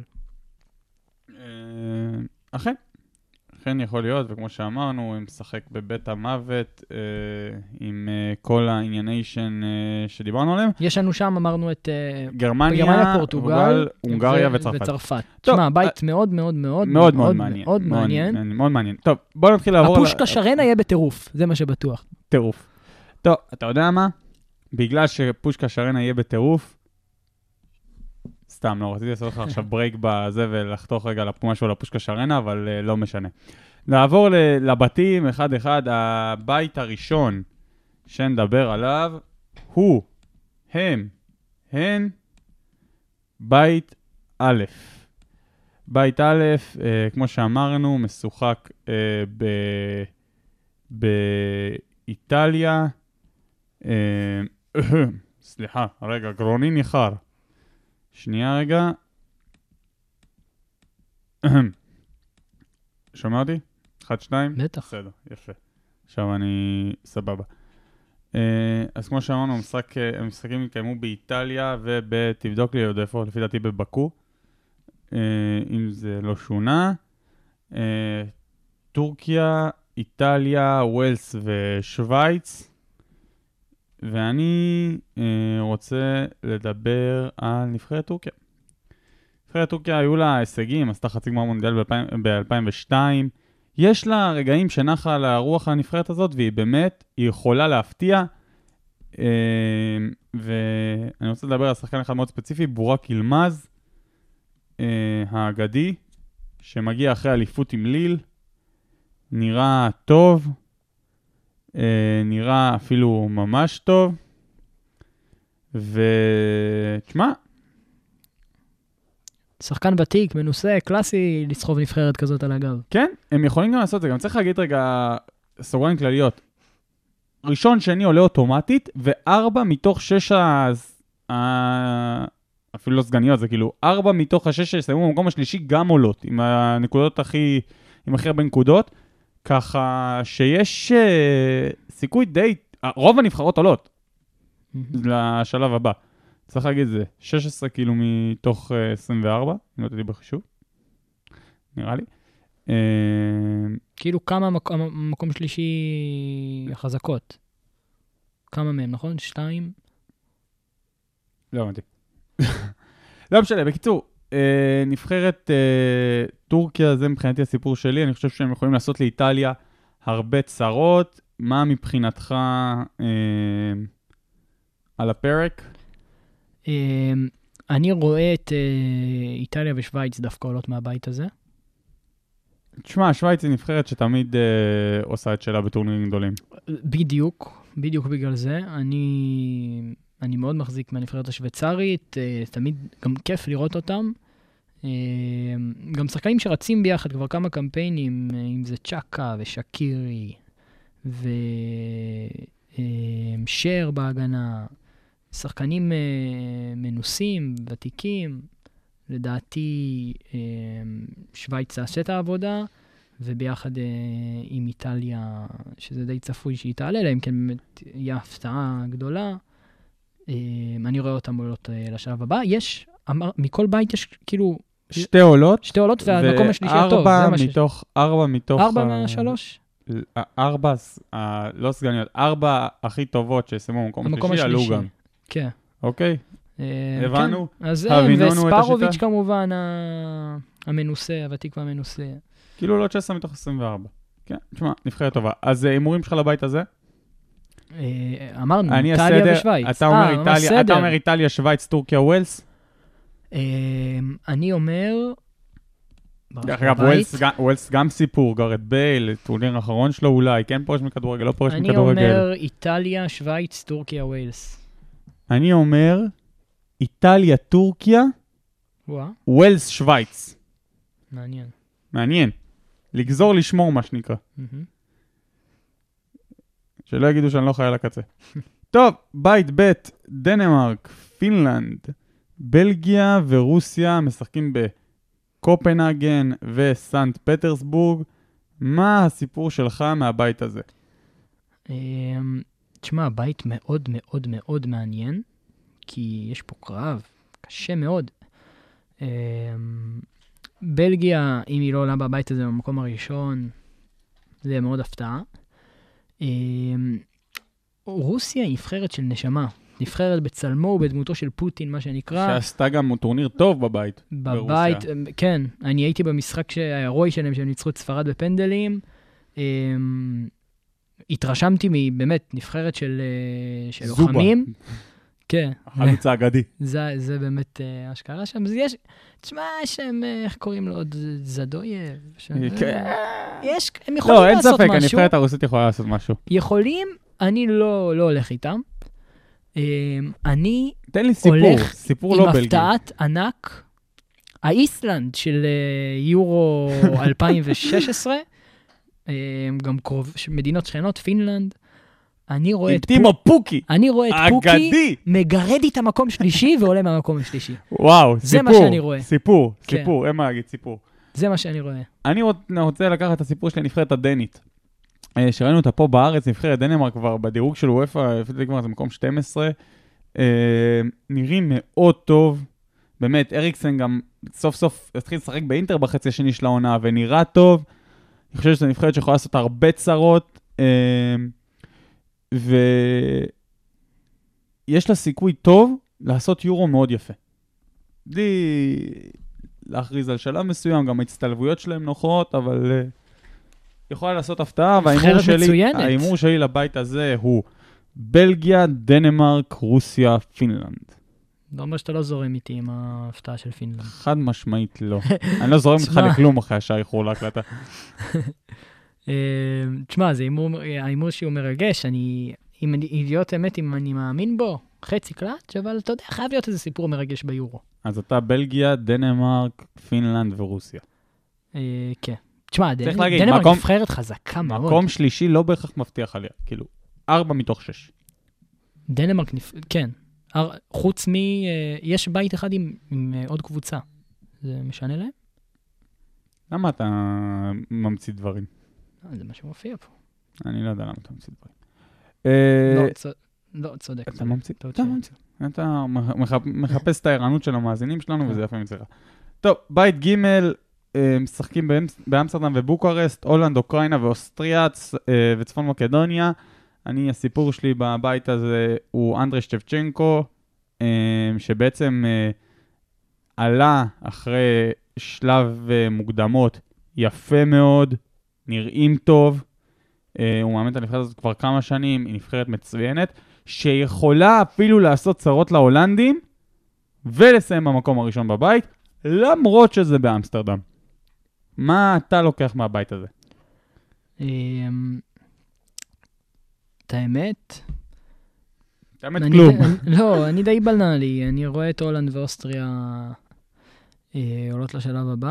אכן. כן יכול להיות, וכמו שאמרנו, הוא משחק בבית המוות עם כל הענייניישן שדיברנו עליהם. יש לנו שם, אמרנו את גרמניה, פורטוגל, הונגריה וצרפת. תשמע, בית מאוד מאוד מאוד מאוד מעניין. מאוד מעניין. טוב, בוא נתחיל לעבור... הפושקה שרנה יהיה בטירוף, זה מה שבטוח. טירוף. טוב, אתה יודע מה? בגלל שפושקה שרנה יהיה בטירוף, סתם, לא רציתי לעשות לך עכשיו ברייק בזה ולחתוך רגע משהו על הפושקה שרנה, אבל לא משנה. נעבור לבתים, אחד, הבית הראשון שנדבר עליו, הן, בית א'. בית א', כמו שאמרנו, משוחק באיטליה. סליחה, רגע, גרוני ניחר. שנייה רגע. שומע אותי? 1, 2? בטח. בסדר, יפה. עכשיו אני סבבה. אז כמו שאמרנו, המשחקים התקיימו באיטליה תבדוק לי עוד איפה, לפי דעתי בבקו. אם זה לא שונה. טורקיה, איטליה, ווילס ושוויץ. ואני רוצה לדבר על נבחרת טורקיה. נבחרת טורקיה היו לה הישגים, עשתה חצי גמר מונדיאל ב-2002. יש לה רגעים שנחה על הרוח הנבחרת הזאת, והיא באמת, היא יכולה להפתיע. ואני רוצה לדבר על שחקן אחד מאוד ספציפי, בורק ילמז, האגדי, שמגיע אחרי אליפות עם ליל. נראה טוב. נראה אפילו ממש טוב. ותשמע, שחקן ותיק, מנוסה, קלאסי לסחוב נבחרת כזאת על הגב. כן, הם יכולים גם לעשות את זה. גם צריך להגיד רגע סוגריים כלליות. ראשון, שני עולה אוטומטית, 4 מתוך 6 אפילו לא סגניות, זה כאילו 4 מתוך 6 שסיימו במקום השלישי גם עולות, עם הנקודות הכי, עם הכי הרבה נקודות, ככה שיש סיכוי די, רוב הנבחרות עולות לשלב הבא. צריך להגיד זה, 16 כאילו מתוך 24, אני לא תדעי בחישוב, נראה לי. כאילו כמה מקום שלישי החזקות? כמה מהם, נכון? 2? לא אמרתי. לא משנה, בקיצור, נבחרת טורקיה, זה מבחינתי הסיפור שלי, אני חושב שהם יכולים לעשות לאיטליה הרבה צרות. מה מבחינתך על הפרק? אני רואה את איטליה ושוויץ דווקא עולות מהבית הזה. תשמע, שוויץ היא נבחרת שתמיד עושה את שלה בטורנירים גדולים. בדיוק בגלל זה. אני מאוד מחזיק מהנבחרת השוויצרית, תמיד גם כיף לראות אותם. גם שחקנים שרצים ביחד כבר כמה קמפיינים, אם זה צ'קה ושקירי ושר בהגנה, שחקנים מנוסים, ותיקים. לדעתי שוויץ תעשה את העבודה, וביחד עם איטליה, שזה די צפוי שהיא תעלה להם, כן באמת יהיה הפתעה גדולה. אני רואה אותם עולות לשלב הבא. יש, מכל בית יש כאילו... שתי עולות, והמקום השלישי הטוב. 4 מתוך... 4 מהשלוש? 4, לא סגניות, 4 הכי טובות שסיימו במקום השלישי, עלו גם. כן. אוקיי? הבנו? אז וספרוביץ' כמובן המנוסה, הוותיק והמנוסה. כאילו לא 19 מתוך 24. כן, תשמע, נבחרת טובה. אז הימורים שלך לבית הזה? אמרנו, איטליה ושוויץ. אתה אומר איטליה, שוויץ, טורקיה, ווילס? אני אומר... אגב, ווילס גם סיפור, גארד בייל, טורניר האחרון שלו אולי, כן פורש מכדורגל, לא פורש מכדורגל. אני אומר איטליה, שוויץ, טורקיה, ווילס. אני אומר איטליה, טורקיה, ווילס, שוויץ. מעניין. לגזור לשמור מה שנקרא. שלא יגידו שאני לא חי על הקצה. טוב, בית ב' דנמרק, פינלנד, בלגיה ורוסיה משחקים בקופנהגן וסנט פטרסבורג. מה הסיפור שלך מהבית הזה? תשמע, בית מאוד מאוד מאוד מעניין, כי יש פה קרב קשה מאוד. בלגיה, אם היא לא עולה בבית הזה במקום הראשון, זה יהיה מאוד הפתעה. רוסיה היא נבחרת של נשמה. נבחרת בצלמו ובדמותו של פוטין, מה שנקרא. שעשתה גם טורניר טוב בבית. בבית, כן. אני הייתי במשחק שהרואי שלהם, שהם ניצחו את ספרד בפנדלים. התרשמתי מבאמת נבחרת של לוחמים. כן. החלוץ האגדי. זה באמת השקרה שם. תשמע, שהם, איך קוראים לו עוד? זדויב. הם יכולים לעשות משהו. לא, אין ספק, הנבחרת הרוסית יכולה לעשות משהו. יכולים, אני לא הולך איתם. אני סיפור הולך עם הפתעת ענק. האיסלנד של יורו 2016, גם מדינות שכנות, פינלנד. אני רואה את פוקי. אני רואה את פוקי מגרד איתה מקום שלישי ועולה מהמקום השלישי. וואו, זה מה שאני רואה. סיפור, אין מה להגיד, סיפור. זה מה שאני רואה. אני רוצה לקחת את הסיפור של הנבחרת הדנית. שראינו אותה פה בארץ, נבחרת דנמרק כבר בדירוג של וופא, לפי כבר זה מקום 12. נראים מאוד טוב. באמת, אריקסן גם סוף סוף התחיל לשחק באינטר בחצי השני של העונה, ונראה טוב. אני חושב שזו נבחרת שיכולה לעשות הרבה צרות. ויש לה סיכוי טוב לעשות יורו מאוד יפה. בלי להכריז על שלב מסוים, גם ההצטלבויות שלהם נוחות, אבל יכולה לעשות הפתעה, והאימור שלי לבית הזה הוא בלגיה, דנמרק, רוסיה, פינלנד. לא אומר שאתה לא זורם איתי עם ההפתעה של פינלנד. חד משמעית לא. אני לא זורם איתך לכלום אחרי השעה איחור להקלטה. תשמע, זה האימור שהוא מרגש, אם להיות אמת, אם אני מאמין בו, חצי קלאץ', אבל אתה יודע, חייב להיות איזה סיפור מרגש ביורו. אז אתה בלגיה, דנמרק, פינלנד ורוסיה. כן. תשמע, דנמרק נבחרת חזקה מאוד. מקום שלישי לא בהכרח מבטיח עליה, כאילו, 4 מתוך 6. דנמרק, כן. חוץ יש בית אחד עם עוד קבוצה. זה משנה להם? למה אתה ממציא דברים? זה מה שמופיע פה. אני לא יודע למה אתה ממציא דברים. לא, צודק. אתה ממציא? אתה ממציא. אתה מחפש את הערנות של המאזינים שלנו, וזה יפה מצליחה. טוב, בית ג' משחקים באמסטרדם ובוקרשט, הולנד, אוקראינה ואוסטריה וצפון מקדוניה. הסיפור שלי בבית הזה הוא אנדרי שטבצ'נקו, שבעצם עלה אחרי שלב מוקדמות יפה מאוד, נראים טוב. הוא מאמן את הנבחרת הזאת כבר כמה שנים, היא נבחרת מצוינת, שיכולה אפילו לעשות צרות להולנדים, ולסיים במקום הראשון בבית, למרות שזה באמסטרדם. מה אתה לוקח מהבית הזה? את האמת? את האמת כלום. לא, אני די בנאלי. אני רואה את הולנד ואוסטריה עולות לשלב הבא.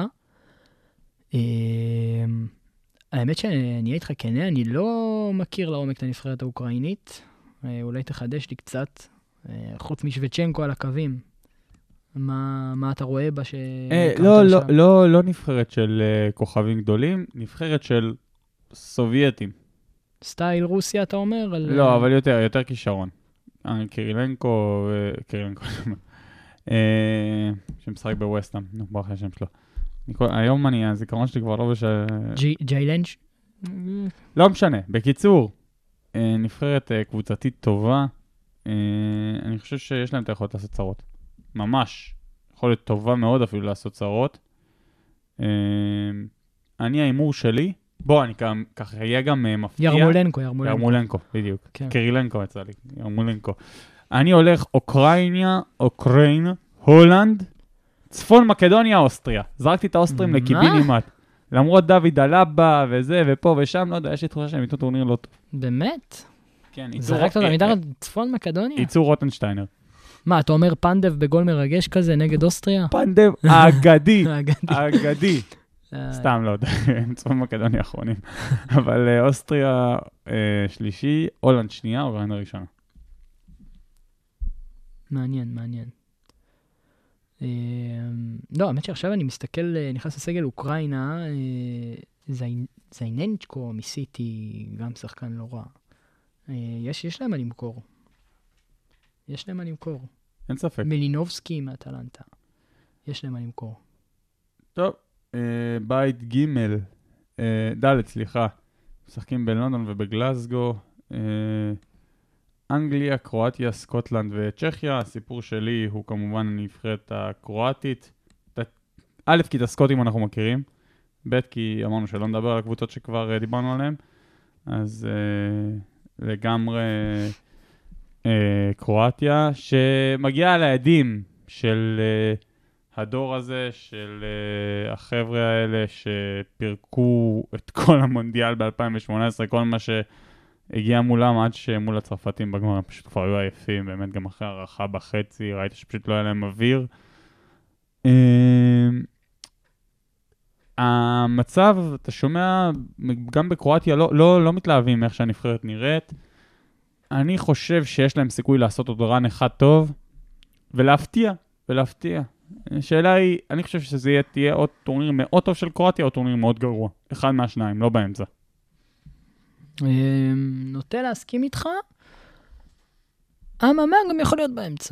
האמת שאני אהיה איתך כנה, אני לא מכיר לעומק את הנבחרת האוקראינית. אולי תחדש לי קצת. חוץ משוויצ'נקו על הקווים. מה אתה רואה בה לא נבחרת של כוכבים גדולים, נבחרת של סובייטים. סטייל רוסיה, אתה אומר? לא, אבל יותר כישרון. קירילנקו, שמשחק בווסטהאם, ברח השם שלו. היום הזיכרון שלי כבר לא ג'יילנג'? לא משנה. בקיצור, נבחרת קבוצתית טובה. אני חושב שיש להם את היכולת לעשות צרות. ממש. יכול להיות טובה מאוד אפילו לעשות צרות. אני האימור שלי, אני ככה יהיה גם מפתיע. ירמולנקו, בדיוק. קירילנקו יצא לי, ירמולנקו. אני הולך אוקראינה, הולנד, צפון מקדוניה, אוסטריה. זרקתי את האוסטרים לקיבינימט. למרות דוד אלבה וזה ופה ושם, לא יודע, יש לי תחושה שהם איתו טורניר לא טוב. באמת? כן. זרקת אותם מתחת צפון מקדוניה? ייצור רוטנשטיינר. מה, אתה אומר פנדב בגול מרגש כזה נגד אוסטריה? פנדב האגדי. סתם לא יודע, צפון מקדוניה האחרונים. אבל אוסטריה שלישי, הולנד שנייה, אוקראינה ראשונה. מעניין. לא, האמת שעכשיו אני מסתכל, נכנס לסגל אוקראינה, זייננצ'קו מסיטי, גם שחקן לא רע. יש להם מה למכור. אין ספק. מלינובסקי מאטלנטה. יש להם מה למכור. טוב, בית ד' סליחה. משחקים בלונדון ובגלסגו. אנגליה, קרואטיה, סקוטלנד וצ'כיה. הסיפור שלי הוא כמובן הנבחרת הקרואטית. א', כי את הסקוטים אנחנו מכירים. ב', כי אמרנו שלא נדבר על הקבוצות שכבר דיברנו עליהן. אז לגמרי קרואטיה, שמגיעה לעדים של הדור הזה, של החבר'ה האלה שפירקו את כל המונדיאל ב-2018, כל מה שהגיע מולם עד שמול הצרפתים בגמר, הם פשוט כבר היו עייפים, באמת גם אחרי הערכה בחצי, ראית שפשוט לא היה להם אוויר. המצב, אתה שומע, גם בקרואטיה לא מתלהבים איך שהנבחרת נראית. אני חושב שיש להם סיכוי לעשות עוד רן אחד טוב, ולהפתיע. השאלה היא, אני חושב שזה תהיה עוד טורניר מאוד טוב של קרואטיה, או טורניר מאוד גרוע. אחד מהשניים, לא באמצע. נוטה להסכים איתך. המאמן גם יכול להיות באמצע.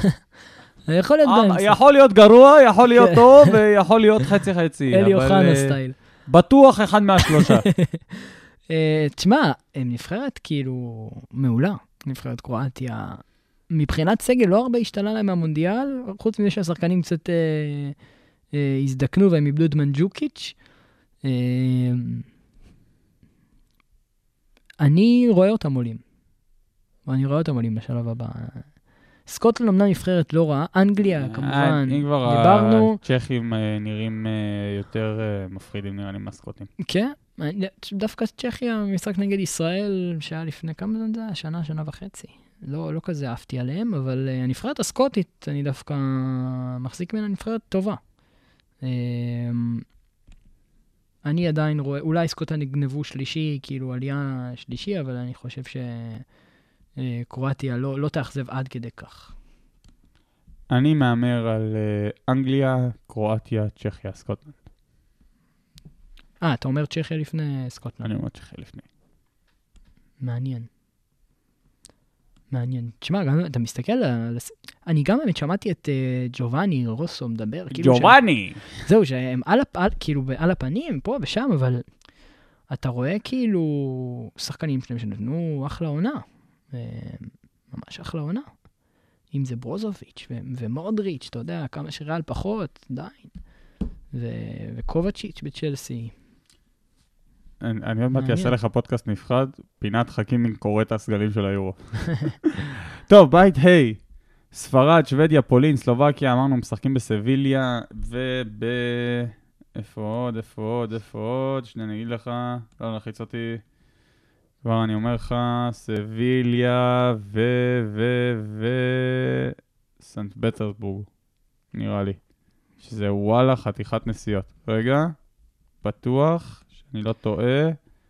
יכול להיות גרוע, יכול להיות טוב, ויכול להיות חצי-חצי. אלי אוחנה סטייל. בטוח אחד מהשלושה. תשמע, הם נבחרת כאילו מעולה, נבחרת קרואטיה. מבחינת סגל לא הרבה השתלה להם מהמונדיאל, חוץ מזה שהשחקנים קצת הזדקנו והם איבדו את מנג'וקיץ'. אני רואה אותם עולים. ואני רואה אותם עולים בשלב הבא. סקוטלנד אמנם נבחרת לא רעה, אנגליה כמובן, אם כבר דיברנו. הצ'כים נראים יותר מפחידים נראה לי מהסקוטים. כן, דווקא צ'כיה, משחק נגד ישראל, שהיה לפני כמה זמן זה? שנה וחצי. לא כזה אהבתי עליהם, אבל הנבחרת הסקוטית, אני דווקא מחזיק ממנה נבחרת טובה. אני עדיין רואה, אולי סקוטלנד נגנבו שלישי, כאילו עלייה שלישי, אבל אני חושב שקרואטיה לא תאכזב עד כדי כך. אני מאמר על אנגליה, קרואטיה, צ'כיה, סקוטלנד. אתה אומר צ'כיה לפני סקוטלנד. אני אומר צ'כיה לפני. מעניין. תשמע, גם אתה מסתכל אני גם באמת שמעתי את ג'ובאני רוסו מדבר. ג'ובאני! זהו, שהם כאילו על הפנים, פה ושם, אבל אתה רואה כאילו שחקנים שלהם שנתנו אחלה עונה. ממש אחלה עונה. אם זה ברוזוביץ' ומודריץ', אתה יודע, כמה שריאל פחות, עדיין. וקובצ'יץ' בצ'לסי. אני עוד מעט אעשה לך פודקאסט נפחד, פינת חכים קורא את הסגלים של היורו. טוב, בית היי. ספרד, שוודיה, פולין, סלובקיה, אמרנו, משחקים בסביליה, איפה עוד? שנייה, אני אגיד לך, לא להחיץ אותי. כבר אני אומר לך, סביליה סנט פטרסבורג, נראה לי. שזה וואלה חתיכת נסיעות. רגע, בטוח שאני לא טועה.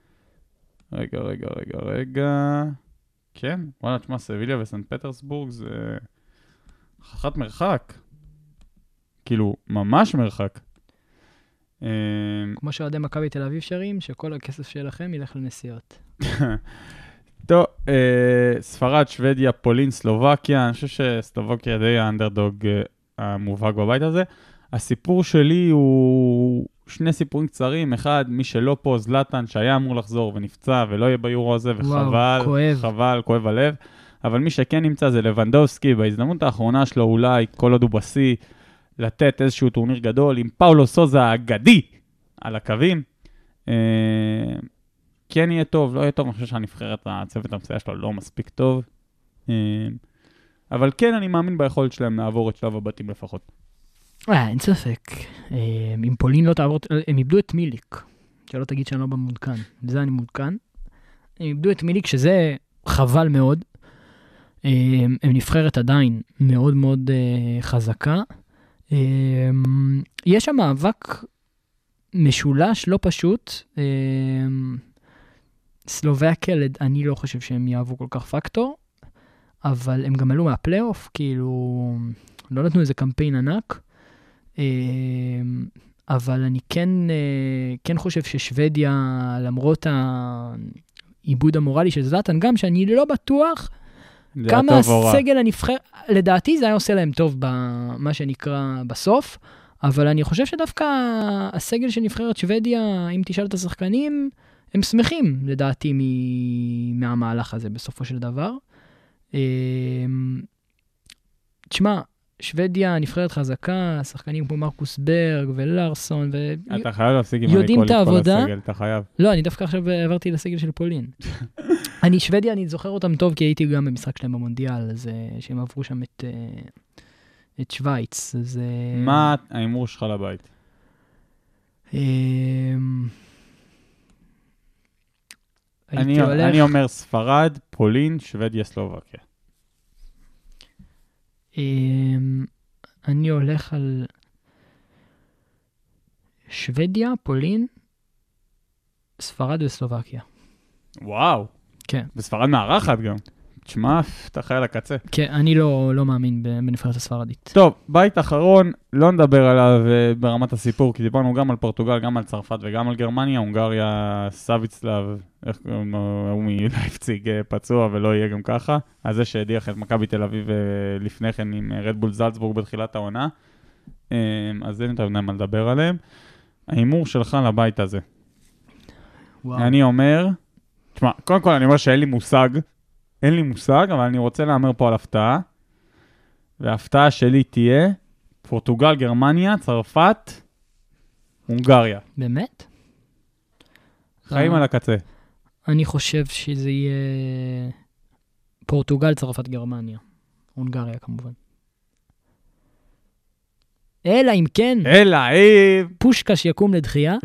רגע. כן, וואלה, תשמע, סביליה וסנט פטרסבורג זה חתיכת מרחק. כאילו, ממש מרחק. כמו שאוהדי מכבי תל אביב שרים, שכל הכסף שלכם ילך לנסיעות. טוב, ספרד, שוודיה, פולין, סלובקיה. אני חושב שסלובקיה די האנדרדוג המובהק בבית הזה. הסיפור שלי הוא שני סיפורים קצרים. אחד, מי שלא פה, זלטן, שהיה אמור לחזור ונפצע ולא יהיה ביורו הזה, וחבל, כואב הלב. אבל מי שכן נמצא זה לבנדובסקי, בהזדמנות האחרונה שלו אולי, כל עוד הוא בשיא, לתת איזשהו טורניר גדול עם פאולו סוזה האגדי על הקווים. כן יהיה טוב, לא יהיה טוב, אני חושב שהנבחרת הצוות המסייע שלו לא מספיק טוב. אבל כן, אני מאמין ביכולת שלהם לעבור את שלב הבתים לפחות. אין ספק. אם פולין לא תעבור, הם איבדו את מיליק. שלא תגיד שאני לא במעודכן. בזה אני מעודכן. הם איבדו את מיליק, שזה חבל מאוד. הם נבחרת עדיין מאוד מאוד חזקה. יש שם מאבק משולש, לא פשוט. סלובקיה, אני לא חושב שהם יעבו כל כך פקטור, אבל הם גם עלו מהפלייאוף, כאילו, לא נתנו איזה קמפיין ענק, אבל אני כן חושב ששוודיה, למרות העיבוד המורלי של זלאטן, גם שאני לא בטוח כמה הסגל הנבחר, לדעתי זה היה עושה להם טוב במה שנקרא בסוף, אבל אני חושב שדווקא הסגל של נבחרת שוודיה, אם תשאל את השחקנים, הם שמחים, לדעתי, מהמהלך הזה בסופו של דבר. תשמע, שוודיה נבחרת חזקה, שחקנים כמו מרקוס ברג ולרסון, אתה חייב להפסיק עם יודעים את העבודה. הסגל, אתה חייב. לא, אני דווקא עכשיו עברתי לסגל של פולין. שוודיה, אני זוכר אותם טוב, כי הייתי גם במשחק שלהם במונדיאל, אז שהם עברו שם את שוויץ. מה האימור שלך לבית? אני אומר ספרד, פולין, שוודיה, סלובקיה. אני הולך על שוודיה, פולין, ספרד וסלובקיה. וואו. כן. וספרד מארחת גם. תשמע, אתה חי על הקצה. כן, אני לא מאמין בנבחרת הספרדית. טוב, בית אחרון, לא נדבר עליו ברמת הסיפור, כי דיברנו גם על פורטוגל, גם על צרפת וגם על גרמניה, הונגריה, סביצלב, איך הוא מלייפציג פצוע ולא יהיה גם ככה. אז זה שהדיח את מכבי תל אביב לפני כן עם רדבול זלצבורג בתחילת העונה. אז אין יותר מה לדבר עליהם. האימור שלך לבית הזה. וואו. אני אומר, תשמע, קודם כל אני אומר שאין לי מושג, אבל אני רוצה לאמר פה על הפתעה, וההפתעה שלי תהיה פורטוגל, גרמניה, צרפת, הונגריה. באמת? חיים על הקצה. אני חושב שזה יהיה פורטוגל, צרפת, גרמניה. הונגריה כמובן. אלא אם כן, פושקש יקום לדחייה.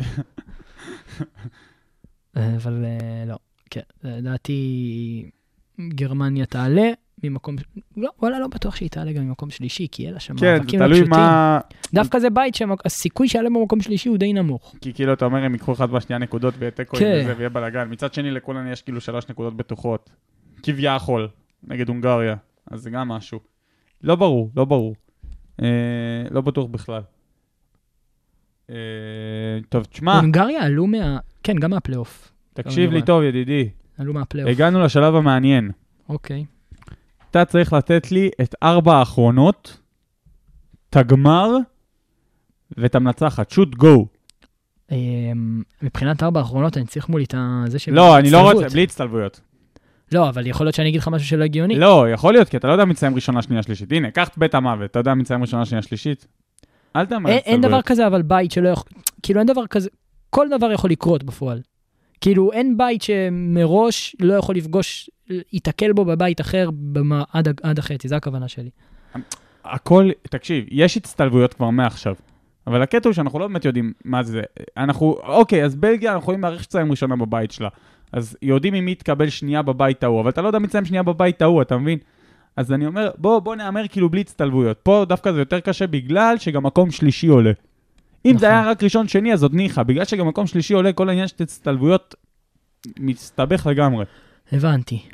אבל לא. כן, לדעתי גרמניה תעלה ממקום, וואלה, לא בטוח שהיא תעלה גם ממקום שלישי, כי אלה שם מאבקים לא פשוטים. דווקא זה בית שהסיכוי שיעלה במקום שלישי הוא די נמוך. כי כאילו אתה אומר, הם ייקחו אחד בשנייה נקודות ויתקו עם זה ויהיה בלגן. מצד שני לכולן יש כאילו 3 נקודות בטוחות. כביכול, נגד הונגריה. אז זה גם משהו. לא ברור. לא בטוח בכלל. טוב, תשמע, הונגריה עלו כן, גם מהפלייאוף. תקשיב לי טוב, ידידי. עלו מהפלייאוף. הגענו לשלב המעניין. אוקיי. אתה צריך לתת לי את 4 האחרונות, את הגמר ואת המנצחת. שוט גו. מבחינת 4 האחרונות, אני צריך מולי את זה של... לא, אני לא רוצה, בלי הצטלבויות. לא, אבל יכול להיות שאני אגיד לך משהו שלא הגיוני. לא, יכול להיות, כי אתה לא יודע מי תסיים ראשונה, שנייה, שלישית. הנה, קח את בית המוות, אתה יודע מי תסיים ראשונה, שנייה, שלישית? אל תאמר הצטלבויות. אין דבר כזה, אבל בית שלא יכול... כאילו, אין דבר כזה... כל דבר יכול לקרות בפועל. כאילו, אין בית שמראש לא יכול לפגוש, ייתקל בו בבית אחר עד החצי, זה הכוונה שלי. הכל, תקשיב, יש הצטלבויות כבר מעכשיו, אבל הקטע הוא שאנחנו לא באמת יודעים מה זה. אוקיי, אז בלגיה, אנחנו יכולים להעריך שתסיים ראשונה בבית שלה. אז יודעים אם היא תקבל שנייה בבית ההוא, אבל אתה לא יודע מי תסיים שנייה בבית ההוא, אתה מבין? אז אני אומר, בוא נאמר כאילו בלי הצטלבויות. פה דווקא זה יותר קשה בגלל שגם מקום שלישי עולה. אם זה היה רק ראשון שני, אז עוד ניחה. בגלל שגם מקום שלישי עולה, כל העניין של הצטלבויות מסתבך לגמרי. הבנתי.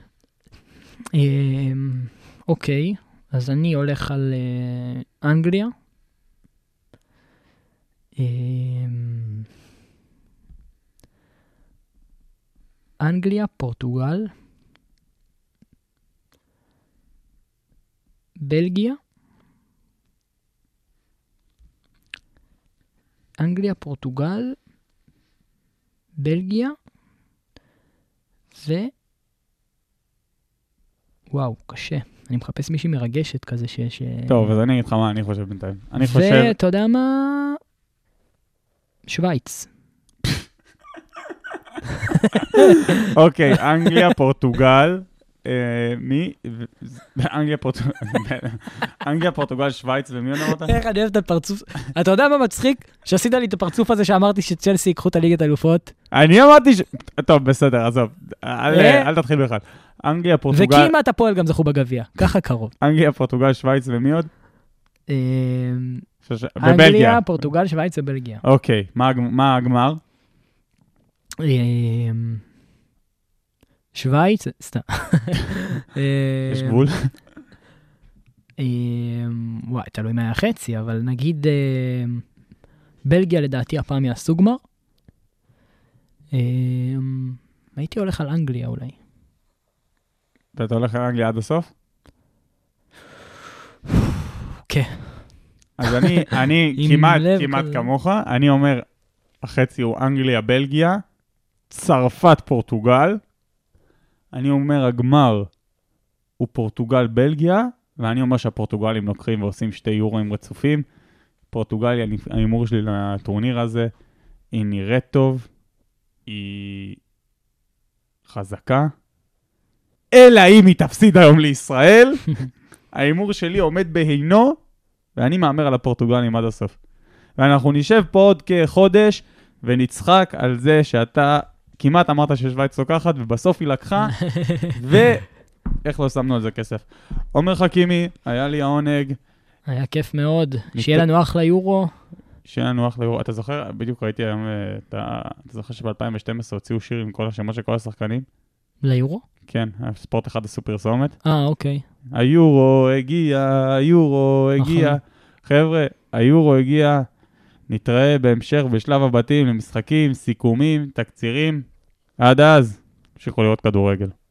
אוקיי, אז אני הולך על אנגליה. אנגליה, פורטוגל, בלגיה, אנגליה, פורטוגל, בלגיה, וואו, קשה. אני מחפש מישהי מרגשת כזה טוב, אז אני אגיד לך מה אני חושב בינתיים. ואתה יודע מה? שוויץ. אוקיי, אנגליה, פורטוגל, אנגליה, פורטוגל, שוויץ, ומי עוד אמרת? איך אני אוהב את הפרצוף. אתה יודע מה מצחיק? שעשית לי את הפרצוף הזה שאמרתי שצ'לסי ייקחו את הליגת האלופות. אני אמרתי טוב, בסדר, עזוב. אל תתחיל בכלל. אנגליה, פורטוגל... וכמעט הפועל גם זכו בגביע. ככה קרוב. אנגליה, פורטוגל, שוויץ, ומי עוד? אנגליה, פורטוגל, שוויץ ובלגיה. אוקיי, מה הגמר? שוויץ, סתם. יש גבול? וואי, תלוי מה היה חצי, אבל נגיד בלגיה לדעתי הפעם יעשו גמר. הייתי הולך על אנגליה אולי. ואתה הולך על אנגליה עד הסוף? כן. אז אני כמעט כמוך, אני אומר, החצי הוא אנגליה, בלגיה, צרפת, פורטוגל. אני אומר, הגמר הוא פורטוגל, בלגיה, ואני אומר שהפורטוגלים לוקחים ועושים 2 יורוים רצופים. פורטוגליה, האימור שלי לטורניר הזה, היא נראית טוב, היא חזקה, אלא אם היא תפסיד היום לישראל. האימור שלי עומד בהינו, ואני מאמר על הפורטוגלים עד הסוף. ואנחנו נשב פה עוד כחודש, ונצחק על זה שאתה כמעט אמרת ששוויץ לוקחת, ובסוף היא לקחה, ואיך לא שמנו על זה כסף. עומר חכימי, היה לי העונג. היה כיף מאוד. שיהיה לנו אחלה יורו. שיהיה לנו אחלה יורו. אתה זוכר, בדיוק ראיתי היום, אתה זוכר שב-2012 הוציאו שיר עם כל השמות של כל השחקנים? ליורו? כן, ספורט אחד עשו פרסומת. אוקיי. היורו הגיע. חבר'ה, היורו הגיע. נתראה בהמשך בשלב הבתים למשחקים, סיכומים, תקצירים. עד אז, שיכול לראות כדורגל.